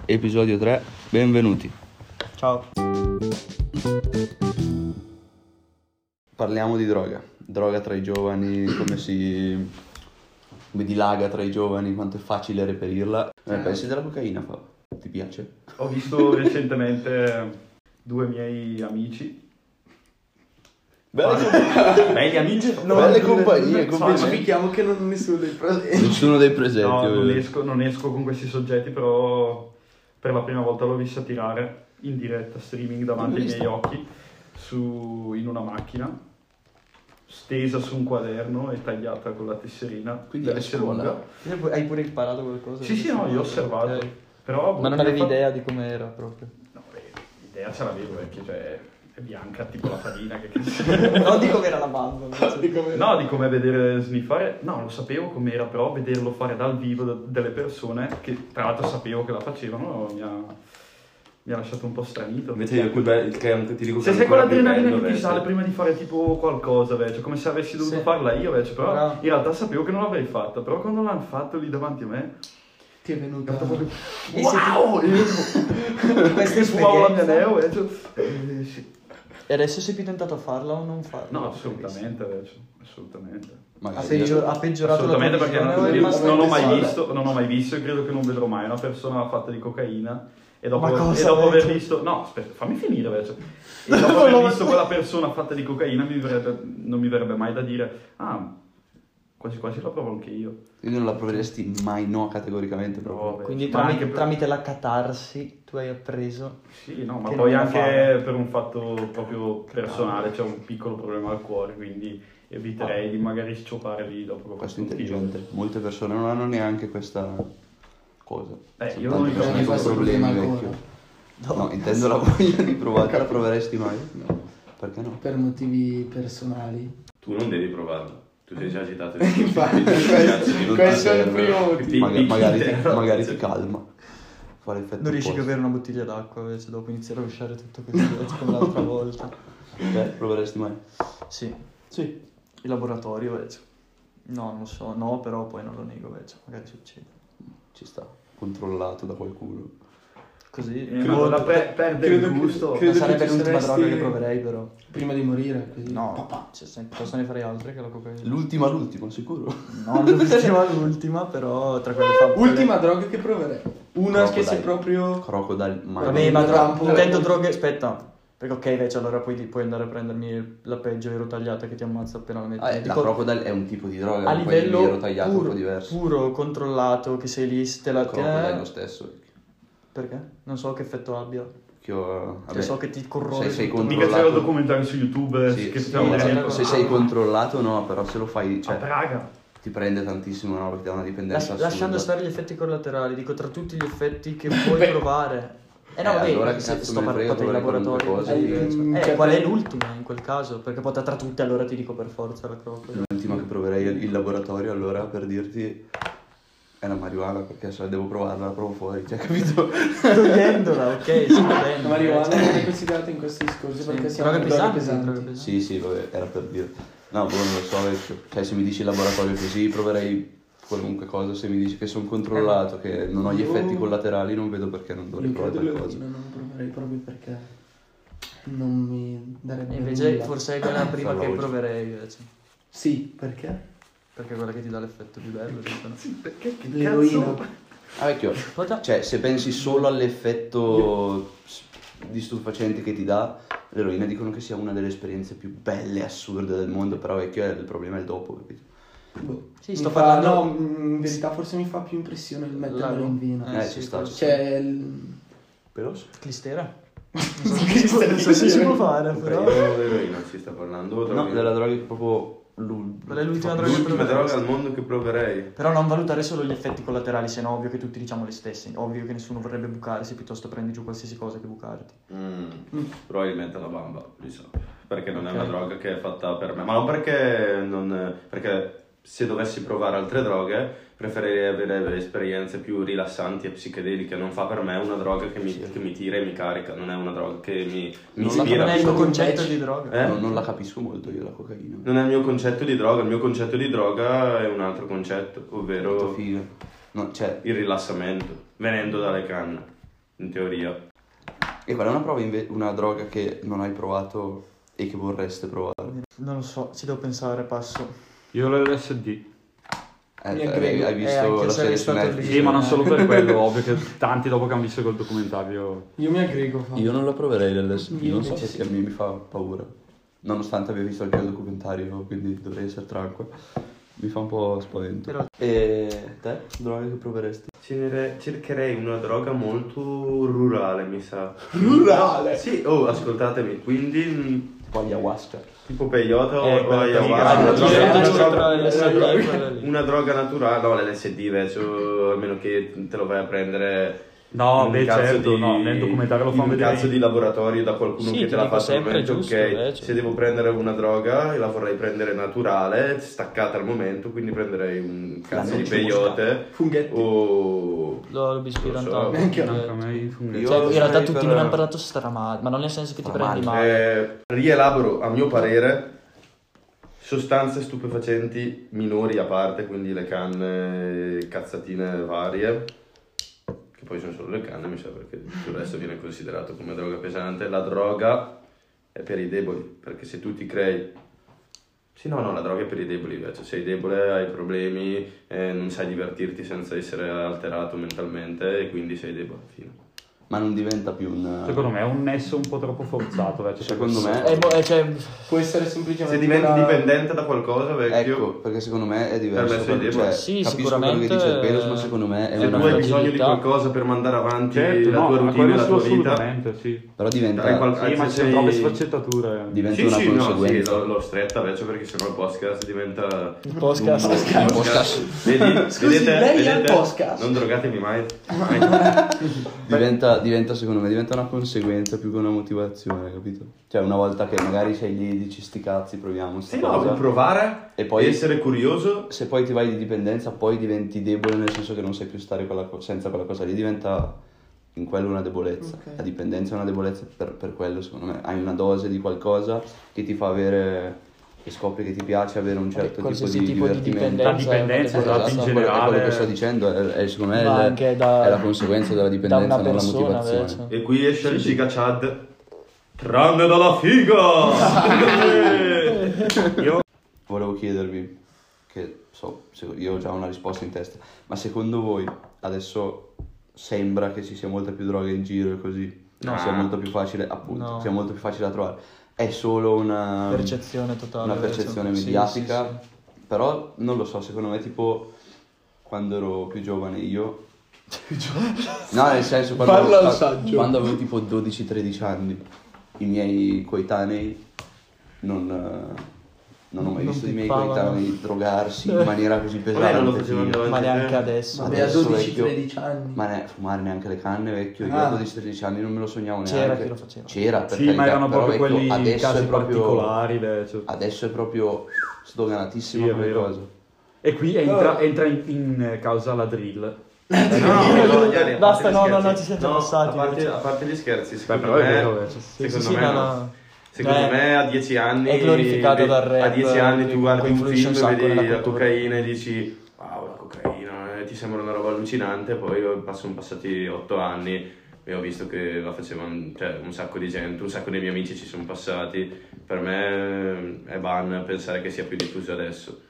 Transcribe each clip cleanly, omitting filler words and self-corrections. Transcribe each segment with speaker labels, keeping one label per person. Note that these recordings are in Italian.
Speaker 1: episodio 3, benvenuti.
Speaker 2: Ciao.
Speaker 1: Parliamo di droga tra i giovani, come dilaga tra i giovani, quanto è facile reperirla. Pensi della cocaina, Fab? Ti piace?
Speaker 3: Ho visto recentemente due miei amici.
Speaker 1: Belli amici? No, belle compagnie,
Speaker 2: Specifichiamo che non nessuno dei presenti.
Speaker 1: Nessuno dei presenti.
Speaker 3: No, non esco con questi soggetti, però per la prima volta l'ho vista tirare in diretta streaming davanti ai miei occhi in una macchina, stesa su un quaderno e tagliata con la tesserina.
Speaker 1: Quindi
Speaker 3: deve
Speaker 1: a
Speaker 3: essere
Speaker 1: scuola?
Speaker 3: lunga.
Speaker 2: Hai pure imparato qualcosa?
Speaker 3: Sì, no, io ho osservato.
Speaker 2: Ok.
Speaker 3: Però
Speaker 2: Ma non avevi idea di com'era proprio?
Speaker 3: No, l'idea ce l'avevo perché è bianca, tipo la farina.
Speaker 2: No, di com'era la bamba.
Speaker 3: No, di come vedere sniffare, no, lo sapevo com'era, però vederlo fare dal vivo delle persone, che tra l'altro sapevo che la facevano, mi ha lasciato un po' stranito.
Speaker 4: Invece io che ti dico
Speaker 3: Se
Speaker 4: che
Speaker 3: sei
Speaker 4: ancora
Speaker 3: quell'adrenalina
Speaker 4: più
Speaker 3: che ti
Speaker 4: bello,
Speaker 3: sale prima di fare tipo qualcosa, cioè, come se avessi dovuto farla io, però
Speaker 2: Bravo.
Speaker 3: in realtà sapevo che non l'avrei fatta, però quando l'hanno fatto lì davanti a me,
Speaker 2: Ti è venuta
Speaker 3: proprio
Speaker 2: E
Speaker 3: wow!
Speaker 2: questa
Speaker 3: Fumavo la mia
Speaker 2: esperienza.
Speaker 3: neo, sì.
Speaker 2: E adesso sei più tentato a farla o non farla?
Speaker 3: No, assolutamente, assolutamente.
Speaker 2: Ha peggiorato la
Speaker 3: Assolutamente,
Speaker 2: tua
Speaker 3: perché
Speaker 2: visione o è rimasto
Speaker 3: non ho
Speaker 2: uguale?
Speaker 3: mai visto e credo che non vedrò mai una persona fatta di cocaina. E dopo,
Speaker 2: Ma cosa,
Speaker 3: e dopo aver
Speaker 2: invece?
Speaker 3: visto... No, aspetta, fammi finire invece. E dopo aver visto quella persona fatta di cocaina non mi verrebbe mai da dire quasi quasi la provo anche io.
Speaker 1: Quindi non la proveresti mai, no, categoricamente proprio.
Speaker 3: No,
Speaker 2: Quindi
Speaker 3: ma anche per-
Speaker 2: tramite la catarsi tu hai appreso.
Speaker 3: Sì, no, ma
Speaker 2: che
Speaker 3: poi
Speaker 2: non la
Speaker 3: anche
Speaker 2: fanno.
Speaker 3: per un fatto proprio personale, c'è un piccolo problema al cuore, quindi eviterei di magari sciopare lì dopo
Speaker 1: Questo è intelligente. Molte persone non hanno neanche questa cosa.
Speaker 3: Io
Speaker 1: Tante
Speaker 3: non li
Speaker 1: persone
Speaker 3: capisco.
Speaker 1: con problemi, vecchio. No, intendo la voglia di provare. La proveresti mai?
Speaker 5: No,
Speaker 1: Perché no?
Speaker 5: per motivi personali.
Speaker 4: Tu non devi provarlo. Tu sei già agitato.
Speaker 5: Infatti,
Speaker 1: Non
Speaker 5: questo
Speaker 1: ti
Speaker 5: è il
Speaker 1: serve.
Speaker 5: primo motivo.
Speaker 1: Magari ti calma. Fa l'effetto
Speaker 2: Non riesci a
Speaker 1: opposto.
Speaker 2: bere una bottiglia d'acqua invece dopo iniziare a uscire tutto questo come l'altra volta.
Speaker 1: Proveresti mai?
Speaker 2: Sì. Il laboratorio invece. No, non so, no, però poi non lo nego invece, magari succede.
Speaker 1: Ci sta. Controllato da qualcuno.
Speaker 2: Così.
Speaker 3: Perde il gusto.
Speaker 2: Non sarebbe
Speaker 5: che
Speaker 2: l'ultima
Speaker 5: saresti-
Speaker 2: droga che proverei però.
Speaker 5: Prima di morire, così.
Speaker 2: No,
Speaker 5: Papà.
Speaker 2: cosa ne farei altre che la cocaina?
Speaker 1: L'ultima, sicuro.
Speaker 2: No, l'ultima, però tra quelle
Speaker 5: Ultima droga che proverei. Una che
Speaker 1: Crocodile.
Speaker 5: sei proprio...
Speaker 1: Crocodile, mai.
Speaker 2: Vabbè, ma
Speaker 5: campo-
Speaker 2: intendo droghe, aspetta. Perché ok, invece allora puoi andare a prendermi la peggio ero tagliata che ti ammazza appena la metti.
Speaker 1: La
Speaker 2: Dico,
Speaker 1: crocodile è un tipo di droga,
Speaker 2: a
Speaker 1: poi il
Speaker 2: livello
Speaker 1: nero tagliato è un po' diverso.
Speaker 2: puro, controllato, che sei lì, te la
Speaker 1: Il crocodile è lo stesso.
Speaker 2: Perché? Non so che effetto abbia.
Speaker 1: Che io,
Speaker 2: Cioè, so che ti corrode
Speaker 1: se sei
Speaker 2: tutto.
Speaker 3: Mica c'era il
Speaker 1: controllato,
Speaker 3: documentario su YouTube
Speaker 1: sì,
Speaker 3: che
Speaker 1: sì,
Speaker 3: stiamo
Speaker 1: esatto.
Speaker 3: vedendo.
Speaker 1: Se sei controllato no, però se lo fai,
Speaker 3: A
Speaker 1: cioè,
Speaker 3: Praga.
Speaker 1: ti prende tantissimo, no, perché dà una dipendenza
Speaker 2: Lasciando
Speaker 1: assurda.
Speaker 2: stare gli effetti collaterali, dico tra tutti gli effetti che puoi provare. No, vabbè,
Speaker 1: allora che
Speaker 2: se
Speaker 1: cazzo
Speaker 2: sto
Speaker 1: me ne frega,
Speaker 2: parlando di
Speaker 1: provare
Speaker 2: laboratorio.
Speaker 1: qualunque cosa,
Speaker 5: cioè,
Speaker 2: Qual è l'ultima in quel caso? Perché poi tra tutte allora ti dico per forza la crocodile.
Speaker 1: L'ultima che proverei è il laboratorio, allora, per dirti, è la marijuana, perché se la devo provarla la provo fuori, cioè, capito?
Speaker 2: Togliendola, ok, sì, va bene.
Speaker 5: La marijuana non è considerata in questo discorso perché siamo
Speaker 2: droghe
Speaker 5: droghe
Speaker 2: pesanti,
Speaker 5: pesanti.
Speaker 1: Sì, vabbè, era per dire. No, non lo so, vecchio. Cioè, se mi dici il laboratorio così, proverei qualunque cosa. Se mi dici che sono controllato, che non ho gli effetti collaterali, non vedo perché non dovrei
Speaker 5: Io
Speaker 1: provare
Speaker 5: credo
Speaker 1: qualcosa.
Speaker 5: non proverei proprio perché non mi darebbe
Speaker 2: E invece
Speaker 5: nulla.
Speaker 2: forse è quella prima
Speaker 1: Fa la
Speaker 2: che
Speaker 1: voce.
Speaker 2: proverei invece.
Speaker 5: Sì, perché?
Speaker 2: Perché è quella che ti dà l'effetto più bello, dicono.
Speaker 3: Perché che
Speaker 5: L'eroina.
Speaker 3: cazzo?
Speaker 1: Ah, vecchio,
Speaker 2: Cosa?
Speaker 1: cioè, se pensi solo all'effetto di stupefacenti che ti dà, l'eroina dicono che sia una delle esperienze più belle e assurde del mondo, però vecchio, il problema è il dopo, capito?
Speaker 5: Boh.
Speaker 2: Sì,
Speaker 5: Mi
Speaker 2: sto
Speaker 5: fa-
Speaker 2: parlando...
Speaker 5: No, in verità forse mi fa più impressione il mettermelo in vino.
Speaker 1: Ci sta, ci sta.
Speaker 5: Cioè,
Speaker 1: Peloso?
Speaker 2: Clistera? Non so se si può fare, però...
Speaker 4: L'eroina si sta parlando.
Speaker 1: No, della droga che proprio...
Speaker 2: Quella è l'ultima droga che
Speaker 4: L'ultima
Speaker 2: proverei.
Speaker 4: droga al mondo che proverei.
Speaker 2: Però non valutare solo gli effetti collaterali, se no ovvio che tutti diciamo le stesse. Ovvio che nessuno vorrebbe bucarsi, piuttosto prendi giù qualsiasi cosa che bucarti.
Speaker 4: Probabilmente la bamba, li so. Perché non è una
Speaker 2: Ok.
Speaker 4: droga che è fatta per me. Ma non perché non... Perché se dovessi provare altre droghe preferirei avere esperienze più rilassanti e psichedeliche. Non fa per me una droga che mi tira e mi carica. Non è una droga che mi
Speaker 1: Non la
Speaker 4: ispira.
Speaker 2: Non è il tuo
Speaker 5: Invece-
Speaker 2: concetto di droga.
Speaker 4: Eh?
Speaker 1: Non la capisco molto io la cocaina.
Speaker 4: Non è il mio concetto di droga. Il mio concetto di droga è un altro concetto,
Speaker 1: Molto
Speaker 4: ovvero
Speaker 1: figo. No, cioè,
Speaker 4: il rilassamento, venendo dalle canne. in teoria.
Speaker 1: E qual è una droga che non hai provato e che vorreste provare?
Speaker 2: Non lo so, ci devo pensare, passo.
Speaker 3: Io l'LSD.
Speaker 5: Mi aggrego.
Speaker 1: Hai visto
Speaker 2: anche
Speaker 1: la
Speaker 2: se
Speaker 1: serie
Speaker 2: è
Speaker 1: su
Speaker 2: stato
Speaker 1: Netflix?
Speaker 2: lì.
Speaker 3: Sì, ma non solo per quello, ovvio che tanti dopo che hanno visto quel documentario.
Speaker 5: Io mi aggrego.
Speaker 1: Io non la proverei l'LSD,
Speaker 5: Io
Speaker 1: non so
Speaker 5: invece
Speaker 1: perché
Speaker 5: sì.
Speaker 1: mi fa paura. Nonostante abbia visto anche il documentario, quindi dovrei essere tranquillo. Mi fa un po' spavento.
Speaker 2: Però-
Speaker 1: E te? Droga che proveresti?
Speaker 4: Cercherei una droga molto rurale, mi sa.
Speaker 5: Rurale?
Speaker 4: Sì, ascoltatemi, quindi
Speaker 1: Tipo ayahuasca.
Speaker 4: tipo peyote o
Speaker 2: quella
Speaker 4: ayahuasca.
Speaker 2: figa.
Speaker 4: Una droga naturale, no, l'LSD invece, almeno che te lo vai a prendere
Speaker 3: No,
Speaker 4: in
Speaker 3: beh,
Speaker 4: un cazzo
Speaker 3: certo, no, nel documentario lo
Speaker 4: in
Speaker 3: fanno
Speaker 4: un
Speaker 3: vedere.
Speaker 4: cazzo di laboratorio da qualcuno
Speaker 2: Sì,
Speaker 4: che
Speaker 2: ti
Speaker 4: te l'ha
Speaker 2: dico
Speaker 4: fatto al
Speaker 2: sempre
Speaker 4: momento,
Speaker 2: giusto,
Speaker 4: ok,
Speaker 2: invece.
Speaker 4: se devo prendere una droga la vorrei prendere naturale, staccata al momento, quindi prenderei un cazzo di
Speaker 1: noce
Speaker 4: peyote
Speaker 5: Funghetti.
Speaker 4: o...
Speaker 2: Lo bispirantale.
Speaker 5: Neanche
Speaker 3: Anche a me i funghetti.
Speaker 1: Io-
Speaker 2: Cioè, in realtà
Speaker 1: sarei
Speaker 2: tutti
Speaker 1: per-
Speaker 2: me ne hanno parlato stramale, ma non nel senso che ti prendi male.
Speaker 4: Rielaboro, a mio parere, sostanze stupefacenti minori a parte, quindi le canne, cazzatine varie, che poi sono solo le canne, mi sa, perché tutto il resto viene considerato come droga pesante. La droga è per i deboli, perché se tu ti crei... Sì, no, la droga è per i deboli invece. Sei debole, hai problemi, non sai divertirti senza essere alterato mentalmente e quindi sei debole, fine.
Speaker 1: Ma non diventa più un...
Speaker 3: Secondo me è un nesso un po' troppo forzato.
Speaker 1: Secondo me...
Speaker 2: Cioè,
Speaker 5: Può essere semplicemente
Speaker 4: Se diventi
Speaker 5: una-
Speaker 4: dipendente da qualcosa, vecchio...
Speaker 1: Ecco, perché secondo me è diverso.
Speaker 4: Per me sei debole.
Speaker 1: Cioè,
Speaker 2: Sì,
Speaker 1: capisco quello che
Speaker 2: sicuramente,
Speaker 1: dice il Pelos, ma secondo me è
Speaker 4: Se
Speaker 2: una
Speaker 4: tu hai
Speaker 1: una...
Speaker 4: bisogno di
Speaker 2: fragilità.
Speaker 4: qualcosa per mandare avanti
Speaker 3: Certo,
Speaker 4: la
Speaker 3: no,
Speaker 4: tua
Speaker 3: ma
Speaker 4: routine,
Speaker 3: quello
Speaker 4: la tua vita,
Speaker 3: assolutamente, sì.
Speaker 1: Però diventa...
Speaker 4: Hai qual-
Speaker 3: Sì, ma ci sono
Speaker 4: sei-
Speaker 3: troppe sfaccettature.
Speaker 1: diventa
Speaker 4: Sì,
Speaker 1: una
Speaker 4: sì, no, sì,
Speaker 1: conseguenza.
Speaker 4: l'ho stretta invece perché sennò il podcast diventa...
Speaker 2: il podcast.
Speaker 1: Il podcast
Speaker 4: Vedi?
Speaker 5: Scusi,
Speaker 4: Vedete?
Speaker 5: lei ha il
Speaker 4: Vedete?
Speaker 5: podcast?
Speaker 4: Non drogatevi mai.
Speaker 1: diventa, secondo me, diventa una conseguenza più che una motivazione, capito? Cioè, una volta che magari sei lì, dici sti cazzi, proviamo sta
Speaker 4: Sì, no,
Speaker 1: cosa.
Speaker 4: per provare
Speaker 1: E poi-
Speaker 4: essere curioso.
Speaker 1: Se poi ti vai di dipendenza, poi diventi debole, nel senso che non sai più stare senza quella cosa lì, diventa in quello una debolezza.
Speaker 5: Ok.
Speaker 1: La dipendenza è una debolezza per quello, secondo me. Hai una dose di qualcosa che ti fa avere, che scopri che ti piace avere un certo tipo
Speaker 2: Qualsiasi
Speaker 1: di
Speaker 2: tipo di
Speaker 1: divertimento.
Speaker 3: La
Speaker 2: dipendenza.
Speaker 3: dipendenza,
Speaker 2: è una
Speaker 3: esatto, in
Speaker 2: cosa-
Speaker 1: È quello
Speaker 3: generale.
Speaker 1: che sto dicendo, secondo me
Speaker 2: Ma
Speaker 1: è,
Speaker 2: anche da-
Speaker 1: è la conseguenza della
Speaker 2: da
Speaker 1: dipendenza,
Speaker 2: una
Speaker 1: non la
Speaker 2: persona,
Speaker 1: motivazione.
Speaker 2: invece.
Speaker 4: E qui esce il Giga Chad. Tranne dalla figa!
Speaker 3: Io
Speaker 1: Volevo chiedervi, che io ho già una risposta in testa, ma secondo voi adesso sembra che ci sia molta più droga in giro e così,
Speaker 4: No.
Speaker 1: sia molto più facile, appunto,
Speaker 2: No.
Speaker 1: sia molto più facile da trovare? È solo una
Speaker 2: Percezione totale.
Speaker 1: una
Speaker 2: invece.
Speaker 1: percezione
Speaker 2: Sì,
Speaker 1: mediatica,
Speaker 2: sì, sì.
Speaker 1: però non lo so, secondo me tipo quando ero più giovane io... No, nel senso
Speaker 5: Parla al saggio.
Speaker 1: quando avevo tipo 12-13 anni, i miei coetanei non ho mai
Speaker 2: Non
Speaker 1: visto i miei
Speaker 2: pippavano.
Speaker 1: coetanei drogarsi in maniera così pesante.
Speaker 4: non lo facevano
Speaker 1: figa.
Speaker 4: davanti
Speaker 2: Ma
Speaker 4: a te.
Speaker 2: neanche adesso.
Speaker 5: Vabbè, a
Speaker 1: Adesso
Speaker 5: 12-13 anni.
Speaker 1: Ma fumare neanche le canne, vecchio. Io
Speaker 5: Ah.
Speaker 1: a 12-13 anni non me lo sognavo
Speaker 2: C'era
Speaker 1: neanche.
Speaker 2: chi lo faceva.
Speaker 1: C'era, per
Speaker 3: sì,
Speaker 1: carità,
Speaker 3: ma erano
Speaker 1: però,
Speaker 3: proprio
Speaker 1: vecchio,
Speaker 3: quelli
Speaker 1: adesso
Speaker 3: casi
Speaker 1: è proprio,
Speaker 3: particolari. Cioè.
Speaker 1: adesso è proprio sdoganatissima
Speaker 3: Sì, è
Speaker 1: come
Speaker 3: vero.
Speaker 1: cosa.
Speaker 3: E qui entra in causa la drill.
Speaker 4: No, Iani, a
Speaker 2: Basta,
Speaker 4: parte gli
Speaker 2: no,
Speaker 4: scherzi.
Speaker 2: ci siete
Speaker 4: No,
Speaker 2: passati,
Speaker 4: A parte,
Speaker 2: invece.
Speaker 4: a parte gli scherzi,
Speaker 3: Beh,
Speaker 4: secondo
Speaker 3: però è
Speaker 4: me,
Speaker 3: vero, invece.
Speaker 4: secondo
Speaker 2: Sì,
Speaker 4: me
Speaker 2: no,
Speaker 4: no.
Speaker 2: no.
Speaker 4: Secondo me a 10 anni
Speaker 2: è glorificato dal rap,
Speaker 4: a 10 anni tu guardi un
Speaker 2: influisce un
Speaker 4: film,
Speaker 2: sacco
Speaker 4: vedi
Speaker 2: nella
Speaker 4: la
Speaker 2: cultura.
Speaker 4: cocaina e dici wow, la cocaina, ti sembra una roba allucinante, poi sono passati 8 anni e ho visto che la facevano, cioè, un sacco di gente, un sacco dei miei amici ci sono passati. Per me è ban pensare che sia più diffuso adesso.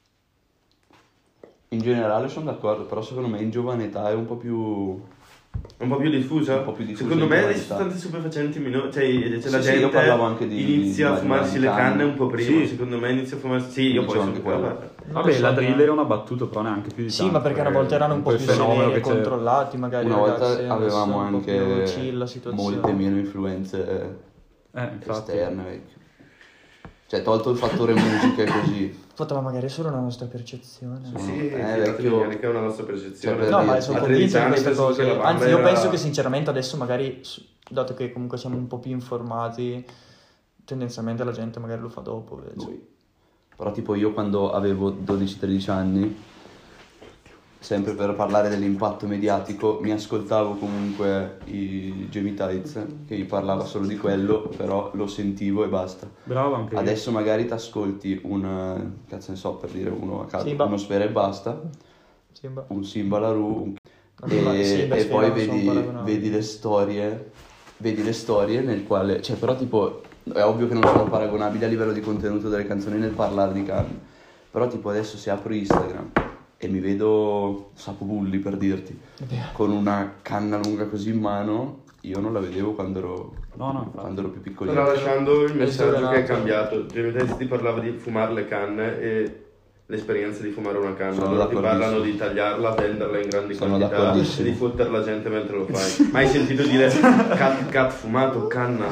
Speaker 1: In generale sono d'accordo, però secondo me in giovane età è un po' più...
Speaker 4: Un po' più diffusa?
Speaker 1: Un po' più diffusa
Speaker 4: Secondo
Speaker 1: in
Speaker 4: me le
Speaker 1: giovane età.
Speaker 4: sostanze stupefacenti minori, cioè
Speaker 1: Sì,
Speaker 4: la
Speaker 1: sì, io
Speaker 4: gente
Speaker 1: parlavo anche di
Speaker 4: inizia a fumarsi le
Speaker 1: marijuana,
Speaker 4: canne un po' prima,
Speaker 3: Sì.
Speaker 4: secondo me inizia a fumarsi... Sì, io poi
Speaker 1: Dicevo
Speaker 4: sono
Speaker 1: anche quello.
Speaker 2: Non
Speaker 3: Vabbè,
Speaker 2: lo
Speaker 3: la
Speaker 2: so,
Speaker 3: drill
Speaker 2: no.
Speaker 3: era una battuta, però neanche più di
Speaker 2: Sì,
Speaker 3: tanto.
Speaker 2: ma perché una volta erano un po'
Speaker 3: quel
Speaker 2: più
Speaker 3: fenomeno
Speaker 2: severi e
Speaker 3: che c'era.
Speaker 2: controllati, magari
Speaker 1: Una
Speaker 2: i
Speaker 1: volta
Speaker 2: ragazzi,
Speaker 1: avevamo
Speaker 2: adesso è un po'
Speaker 1: anche
Speaker 2: più chill la situazione.
Speaker 1: molte meno influenze
Speaker 3: Infatti.
Speaker 1: esterne, vecchio. Cioè, tolto il fattore musica e così.
Speaker 2: Ma magari è solo una nostra percezione.
Speaker 4: Sì,
Speaker 1: vecchio.
Speaker 4: che è una nostra percezione.
Speaker 1: Cioè, per
Speaker 2: No,
Speaker 1: dire,
Speaker 2: ma sono
Speaker 4: a
Speaker 2: convinto
Speaker 4: 13
Speaker 2: di
Speaker 4: anni
Speaker 2: queste
Speaker 4: penso
Speaker 2: cose.
Speaker 4: che la banda
Speaker 2: Anzi, io
Speaker 4: era-
Speaker 2: penso che sinceramente adesso magari, dato che comunque siamo un po' più informati, tendenzialmente la gente magari lo fa dopo. Invece.
Speaker 1: Però tipo io quando avevo 12-13 anni, sempre per parlare dell'impatto mediatico, mi ascoltavo comunque i Jamie Tights, che mi parlava solo di quello, però lo sentivo e basta.
Speaker 3: Bravo anche io.
Speaker 1: Adesso magari ti ascolti cazzo ne so, per dire uno a caso,
Speaker 2: Simba.
Speaker 1: uno Sfera e Basta,
Speaker 2: Sì, beh.
Speaker 1: un Simba La Rue, E poi vedi le storie nel quale, cioè però tipo, è ovvio che non sono paragonabili a livello di contenuto delle canzoni nel parlare di Cannes, però tipo adesso se apro Instagram e mi vedo Sapo Bulli, per dirti, con una canna lunga così in mano, io non la vedevo quando ero più piccolino.
Speaker 4: Tralasciando il messaggio che è cambiato, Gemitetti ti parlava di fumare le canne e l'esperienza di fumare una canna.
Speaker 1: Sono
Speaker 4: Allora ti parlano di tagliarla, venderla in grandi
Speaker 1: Sono
Speaker 4: quantità e
Speaker 1: d'accordissimo.
Speaker 4: di fottere la gente mentre lo fai. Mai sentito dire cat fumato, canna?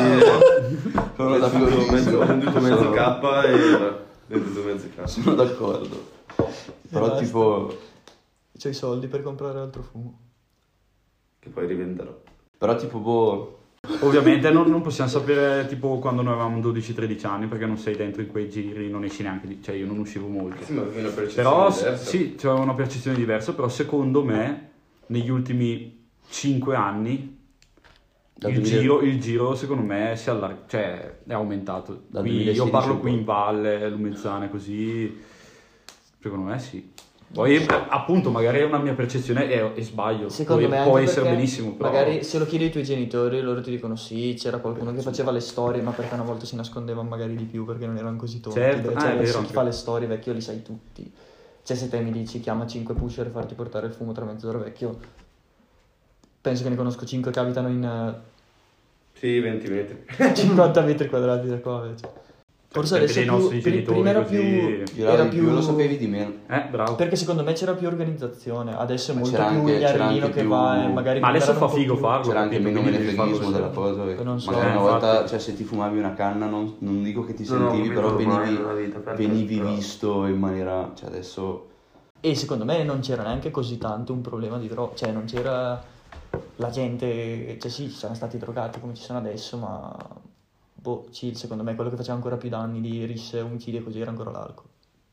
Speaker 1: Sono
Speaker 4: Ho
Speaker 1: d'accordissimo.
Speaker 4: venduto mezzo K e venduto mezzo K.
Speaker 1: Sono d'accordo. Però
Speaker 2: basta.
Speaker 1: tipo...
Speaker 2: C'ho i soldi per comprare altro fumo.
Speaker 4: Che poi rivenderò.
Speaker 1: Però tipo boh...
Speaker 3: Ovviamente non possiamo sapere tipo quando noi avevamo 12-13 anni perché non sei dentro in quei giri, non esci neanche, cioè io non uscivo molto.
Speaker 4: Sì, ma avevi una percezione
Speaker 3: Però
Speaker 4: diversa.
Speaker 3: sì, c'è una percezione diversa, però secondo me negli ultimi 5 anni
Speaker 1: Dal
Speaker 3: il
Speaker 1: 2000
Speaker 3: giro secondo me cioè è aumentato.
Speaker 1: Dal
Speaker 3: Qui,
Speaker 1: 2016
Speaker 3: io parlo
Speaker 1: in
Speaker 3: qui
Speaker 1: poi.
Speaker 3: in valle, Lumezzane, così, secondo me sì. Poi appunto magari è una mia percezione e sbaglio,
Speaker 2: Secondo me
Speaker 3: può
Speaker 2: anche
Speaker 3: essere
Speaker 2: perché
Speaker 3: benissimo, però...
Speaker 2: magari se lo chiedi ai tuoi genitori loro ti dicono sì, c'era qualcuno che faceva le storie, ma perché una volta si nascondeva magari di più perché non erano così tonti.
Speaker 3: Certo,
Speaker 2: Cioè,
Speaker 3: è
Speaker 2: adesso
Speaker 3: vero,
Speaker 2: chi
Speaker 3: anche.
Speaker 2: fa le storie vecchio li sai tutti. Cioè se te mi dici chiama 5 pusher e farti portare il fumo tra mezz'ora vecchio, penso che ne conosco 5 che abitano in
Speaker 4: Sì, 20 metri.
Speaker 2: 50 metri quadrati da qua. Cioè. Forse
Speaker 3: Perché
Speaker 2: adesso
Speaker 3: dei nostri genitori
Speaker 2: prima era
Speaker 3: così-
Speaker 2: più...
Speaker 1: Giravi
Speaker 2: Era
Speaker 1: più, lo sapevi di meno.
Speaker 3: Bravo.
Speaker 2: Perché secondo me c'era più organizzazione, adesso è
Speaker 1: Ma
Speaker 2: molto
Speaker 1: c'era
Speaker 2: più
Speaker 1: anche- c'era
Speaker 2: ignarino
Speaker 1: anche
Speaker 2: che
Speaker 1: più-
Speaker 2: va e magari...
Speaker 3: Ma adesso
Speaker 2: comprare
Speaker 3: fa
Speaker 2: un po'
Speaker 3: figo
Speaker 2: più.
Speaker 3: farlo.
Speaker 1: C'era anche
Speaker 3: capito?
Speaker 1: meno
Speaker 3: Quindi devi farlo
Speaker 1: menefreghismo della
Speaker 3: sempre.
Speaker 1: cosa.
Speaker 2: Che non so.
Speaker 1: Magari una
Speaker 3: infatti.
Speaker 1: volta, cioè se ti fumavi una canna, non dico che ti
Speaker 4: No, no,
Speaker 1: sentivi,
Speaker 4: mi
Speaker 1: però
Speaker 4: trovo mai nella vita, perché-
Speaker 1: venivi
Speaker 4: però-
Speaker 1: visto in maniera... Cioè adesso...
Speaker 2: E secondo me non c'era neanche così tanto un problema di droga, cioè non c'era la gente, cioè sì, ci sono stati drogati come ci sono adesso, ma boh, sì, secondo me quello che faceva ancora più danni di risse, omicidi e così era ancora l'alcol.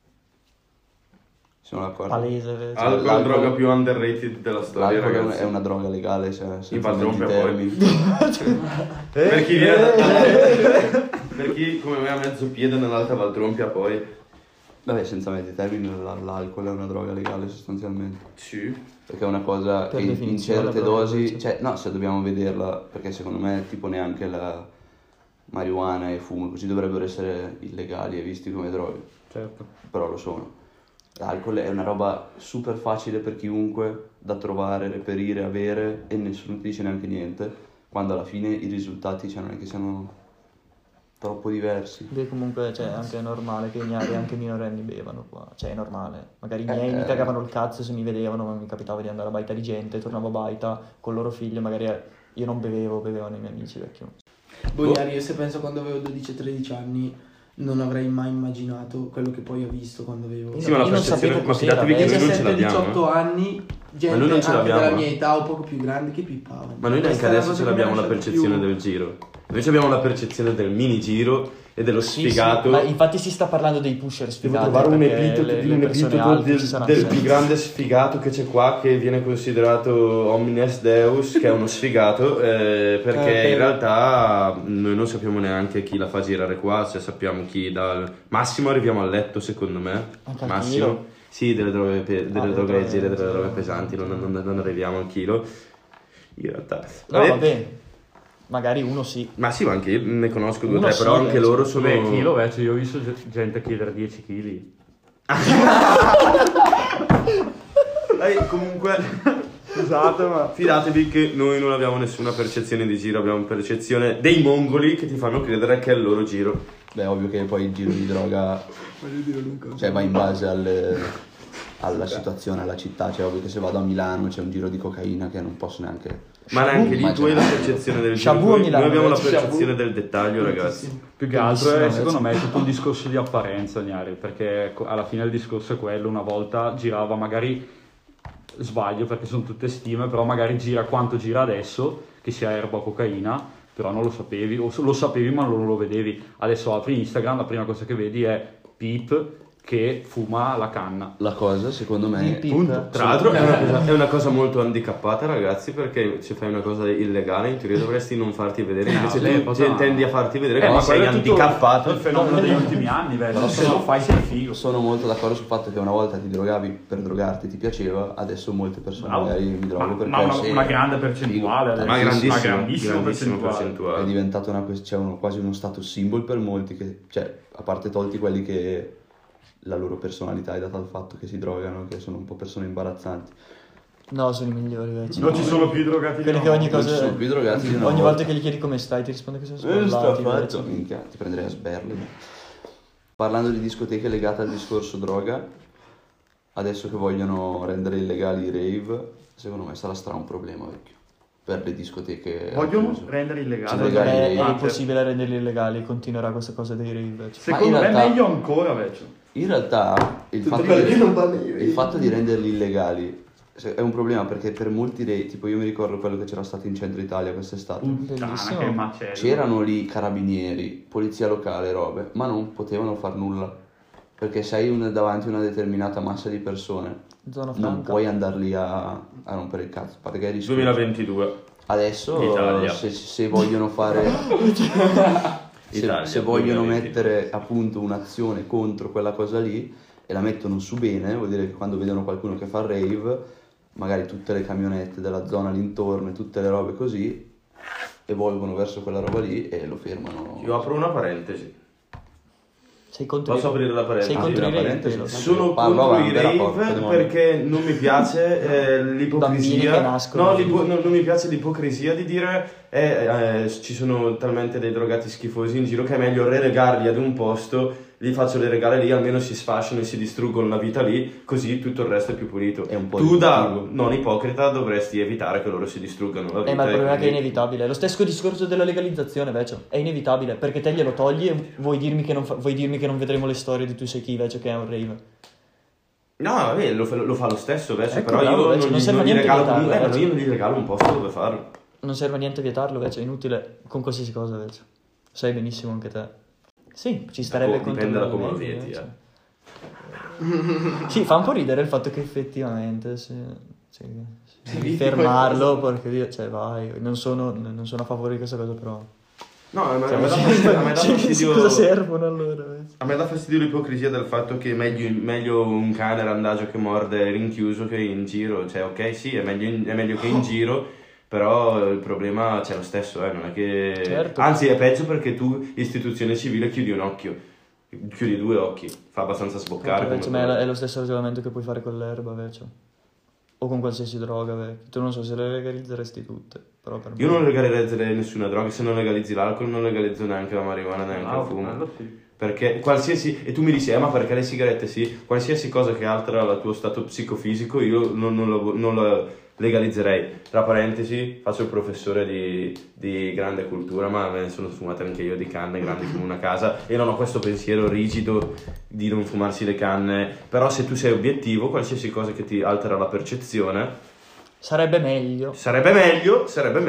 Speaker 1: Sono d'accordo.
Speaker 2: Palese, cioè,
Speaker 4: Alcol è la droga più underrated della storia,
Speaker 1: L'alcol
Speaker 4: ragazzi.
Speaker 1: è una droga legale, cioè, senza
Speaker 4: Infatti
Speaker 1: molti
Speaker 4: rompe
Speaker 1: termini.
Speaker 4: Per chi viene da... Per chi come me ha mezzo piede nell'Alta Valtrompia poi...
Speaker 1: Vabbè, senza mezzi termini, l'alcol è una droga legale sostanzialmente.
Speaker 4: Sì.
Speaker 1: Perché è una cosa
Speaker 2: Per
Speaker 1: che in
Speaker 2: definizione,
Speaker 1: certe
Speaker 2: però,
Speaker 1: dosi,
Speaker 2: sì.
Speaker 1: cioè no, se dobbiamo vederla, perché secondo me tipo neanche la marijuana e fumo così dovrebbero essere illegali e visti come droghe,
Speaker 3: Certo.
Speaker 1: però lo sono. L'alcol è una roba super facile per chiunque da trovare, reperire, avere e nessuno ti dice neanche niente, quando alla fine i risultati cioè, non è che siano troppo diversi.
Speaker 2: Beh, comunque cioè, anche è normale che ignari anche minorenni bevano qua, cioè è normale. Magari i miei mi cagavano il cazzo se mi vedevano, ma mi capitava di andare a baita di gente, tornavo a baita con loro figli, magari io non bevevo, bevevano i miei amici vecchio.
Speaker 5: Bogliari, io se penso quando avevo 12-13 anni non avrei mai immaginato quello che poi ho visto quando avevo
Speaker 4: Sì, ma la
Speaker 2: Io non
Speaker 4: percezione...
Speaker 2: sapevo
Speaker 4: Ma
Speaker 2: cos'era,
Speaker 4: fidatevi che noi non ce
Speaker 5: 17-18
Speaker 4: l'abbiamo.
Speaker 5: anni, gente
Speaker 4: noi non ce
Speaker 5: anche
Speaker 4: l'abbiamo,
Speaker 5: della
Speaker 4: eh.
Speaker 5: mia età o poco più grande che pippavano.
Speaker 4: Ma noi neanche
Speaker 5: Questa è la
Speaker 4: adesso
Speaker 5: cosa
Speaker 4: ce
Speaker 5: che mi ha
Speaker 4: l'abbiamo la
Speaker 5: lasciato
Speaker 4: percezione
Speaker 5: più-
Speaker 4: del giro. Noi abbiamo la percezione del mini giro e dello
Speaker 2: Sì,
Speaker 4: sfigato.
Speaker 2: sì, ma infatti si sta parlando dei pusher
Speaker 4: Devo
Speaker 2: sfigati.
Speaker 4: trovare un
Speaker 2: perché
Speaker 4: epiteto,
Speaker 2: le persone alte ci saranno
Speaker 4: del
Speaker 2: sempre.
Speaker 4: più grande sfigato che c'è qua, che viene considerato homines deus, che è uno sfigato, perché in realtà noi non sappiamo neanche chi la fa girare qua, cioè sappiamo chi dal massimo arriviamo al letto, secondo me.
Speaker 2: Anche al
Speaker 4: Massimo.
Speaker 2: chilo?
Speaker 4: Sì, delle droghe, delle
Speaker 2: delle
Speaker 4: droghe
Speaker 2: droghe
Speaker 4: leggere, delle droghe
Speaker 2: pesanti.
Speaker 4: pesanti, non arriviamo al chilo. In realtà.
Speaker 2: No, vabbè, magari uno sì.
Speaker 4: Ma sì, ma anche io ne conosco due o
Speaker 2: Uno
Speaker 4: tre,
Speaker 2: sì,
Speaker 4: però anche loro sono...
Speaker 3: Beh, chilo, cioè io ho visto gente chiedere 10 kg.
Speaker 4: Comunque, scusate, ma fidatevi che noi non abbiamo nessuna percezione di giro, abbiamo percezione dei mongoli che ti fanno credere che è il loro giro.
Speaker 1: Beh, ovvio che poi il giro di droga cioè va in base alla situazione, alla città, cioè ovvio che se vado a Milano c'è un giro di cocaina che non posso neanche...
Speaker 4: Ma neanche lì tu hai la
Speaker 1: immaginare.
Speaker 4: percezione del giro,
Speaker 2: Shabu a
Speaker 4: noi
Speaker 2: Milano,
Speaker 4: abbiamo la
Speaker 2: invece.
Speaker 4: percezione del dettaglio, ragazzi.
Speaker 3: Più che altro è,
Speaker 2: Bellissimo,
Speaker 3: secondo me è tutto un discorso di apparenza, Gnari, perché alla fine il discorso è quello, una volta girava magari, sbaglio perché sono tutte stime, però magari gira quanto gira adesso, che sia erba o cocaina, però non lo sapevi, o lo sapevi ma non lo vedevi. Adesso apri Instagram, la prima cosa che vedi è Peep che fuma la canna.
Speaker 1: La cosa, secondo me,
Speaker 2: Pip, pip.
Speaker 3: Punto.
Speaker 4: Tra l'altro è una cosa molto handicappata, ragazzi, perché se fai una cosa illegale in teoria dovresti non farti vedere, invece tu tendi a farti vedere
Speaker 3: ma
Speaker 4: che sei
Speaker 3: quello è tutto
Speaker 4: handicappato.
Speaker 3: il fenomeno degli ultimi anni, vero? Se lo fai sei figo.
Speaker 1: sono molto d'accordo sul fatto che una volta ti drogavi per drogarti, ti piaceva, adesso molte persone
Speaker 3: Bravo.
Speaker 1: magari mi drogo perché
Speaker 3: Ma
Speaker 1: sì,
Speaker 3: una grande percentuale,
Speaker 1: figo,
Speaker 4: Ma
Speaker 3: grandissima
Speaker 4: grandissima
Speaker 3: percentuale.
Speaker 1: è
Speaker 4: percentuale.
Speaker 1: diventato quasi uno status symbol per molti che, cioè, a parte tolti quelli che la loro personalità è data dal fatto che si drogano, che sono un po' persone imbarazzanti.
Speaker 2: No, sono i migliori invece.
Speaker 3: Non ci sono più i drogati di
Speaker 2: Quelli che
Speaker 3: una
Speaker 2: ogni
Speaker 3: volta.
Speaker 1: Non ci sono
Speaker 2: cosa...
Speaker 1: più drogati di una
Speaker 2: Ogni
Speaker 1: volta.
Speaker 2: volta che gli chiedi come stai ti risponde che sono
Speaker 1: Sta
Speaker 2: sbollati.
Speaker 1: fatto.
Speaker 2: invece.
Speaker 1: Minchia, ti prenderei a sberle. Parlando di discoteche legate al discorso droga, adesso che vogliono rendere illegali i rave, secondo me sarà un problema, vecchio. Per le discoteche.
Speaker 3: Vogliono
Speaker 1: al chiuso.
Speaker 3: rendere illegale.
Speaker 1: Sì,
Speaker 2: Secondo me è
Speaker 1: Ah,
Speaker 2: impossibile renderli illegali, continuerà questa cosa dei rave. Cioè.
Speaker 3: Secondo
Speaker 1: Ma
Speaker 3: me
Speaker 1: in
Speaker 3: è
Speaker 1: realtà-
Speaker 3: meglio ancora, invece.
Speaker 1: In realtà il fatto,
Speaker 5: perché non vanno i rave?
Speaker 1: il fatto di renderli illegali è un problema perché per molti rave, tipo io mi ricordo quello che c'era stato in centro Italia quest'estate.
Speaker 3: Puttana,
Speaker 2: Bellissimo.
Speaker 3: che macello.
Speaker 1: C'erano lì carabinieri, polizia locale, robe, ma non potevano far nulla. Perché sei davanti a una determinata massa di persone,
Speaker 2: Zona
Speaker 1: non
Speaker 2: franca.
Speaker 1: puoi andare lì a rompere il cazzo. A parte che è rischioso.
Speaker 4: 2022.
Speaker 1: Adesso
Speaker 4: Italia.
Speaker 1: se vogliono fare
Speaker 4: Italia,
Speaker 1: se vogliono
Speaker 4: 2022.
Speaker 1: mettere appunto un'azione contro quella cosa lì e la mettono su bene, vuol dire che quando vedono qualcuno che fa il rave, magari tutte le camionette della zona lì intorno e tutte le robe così evolvono verso quella roba lì e lo fermano.
Speaker 4: Io apro una parentesi.
Speaker 2: Sei contro
Speaker 4: Posso
Speaker 2: i
Speaker 4: aprire la parentesi?
Speaker 2: Sei contro i
Speaker 1: Apri
Speaker 2: rave,
Speaker 1: una parentesi.
Speaker 2: Telo.
Speaker 4: Sono
Speaker 1: Parlo
Speaker 4: contro i
Speaker 1: avanti, la porta,
Speaker 4: rave
Speaker 1: demonio.
Speaker 4: perché non mi piace
Speaker 2: Bambini che
Speaker 4: l'ipocrisia.
Speaker 2: nascono.
Speaker 4: No, non mi piace l'ipocrisia di dire ci sono talmente dei drogati schifosi in giro che è meglio relegarli ad un posto, li faccio le regale lì, almeno si sfasciano e si distruggono la vita lì, così tutto il resto è più pulito.
Speaker 1: È un po'
Speaker 4: Tu da
Speaker 1: riduttivo.
Speaker 4: non ipocrita dovresti evitare che loro si distruggano la vita.
Speaker 2: Ma il problema è che è
Speaker 4: quindi-
Speaker 2: inevitabile. È lo stesso discorso della legalizzazione, invece. È inevitabile, perché te glielo togli e vuoi dirmi che non vedremo le storie di tu sei chi, invece che è un rave.
Speaker 4: No, vabbè, lo fa lo stesso, invece,
Speaker 2: Ecco,
Speaker 4: però
Speaker 2: bravo,
Speaker 4: io
Speaker 2: invece, non serve
Speaker 4: non gli
Speaker 2: niente
Speaker 4: regalo
Speaker 2: vietarlo,
Speaker 4: comunque,
Speaker 2: invece.
Speaker 4: io non gli regalo un posto dove farlo.
Speaker 2: Non serve a niente vietarlo, invece è inutile con qualsiasi cosa, invece. Sai benissimo anche te. Sì, ci starebbe
Speaker 4: Dipende da come lo
Speaker 2: controllare,
Speaker 4: vedi,
Speaker 2: invece. Sì, fa un po' ridere il fatto che effettivamente devi fermarlo perché Dio, cioè vai, non sono a favore di questa cosa, però
Speaker 4: No, a me
Speaker 2: cioè,
Speaker 4: dà fastidio,
Speaker 2: cosa servono allora?
Speaker 4: a me dà fastidio l'ipocrisia del fatto che è meglio un cane randagio che morde rinchiuso che in giro. Cioè, ok, sì, è meglio che in giro, però il problema c'è lo stesso, non è che...
Speaker 2: Certo.
Speaker 4: Anzi, è peggio perché tu, istituzione civile, chiudi un occhio, chiudi due occhi, fa abbastanza sboccare.
Speaker 2: Invece,
Speaker 4: come
Speaker 2: ma
Speaker 4: cosa.
Speaker 2: è lo stesso ragionamento che puoi fare con l'erba, invece. O con qualsiasi droga, vecchio. Tu non so se le legalizzeresti tutte, però per me...
Speaker 4: Io non legalizzerei nessuna droga, se non legalizzi l'alcol non legalizzo neanche la marijuana, neanche il fumo.
Speaker 3: quello sì.
Speaker 4: Perché qualsiasi, e tu mi dici, ma perché le sigarette sì? Qualsiasi cosa che altera il tuo stato psicofisico io non la legalizzerei. Tra parentesi, faccio il professore di grande cultura, ma me ne sono fumate anche io di canne grandi come una casa e non ho questo pensiero rigido di non fumarsi le canne. Però se tu sei obiettivo, qualsiasi cosa che ti altera la percezione,
Speaker 2: Sarebbe meglio.
Speaker 4: sarebbe meglio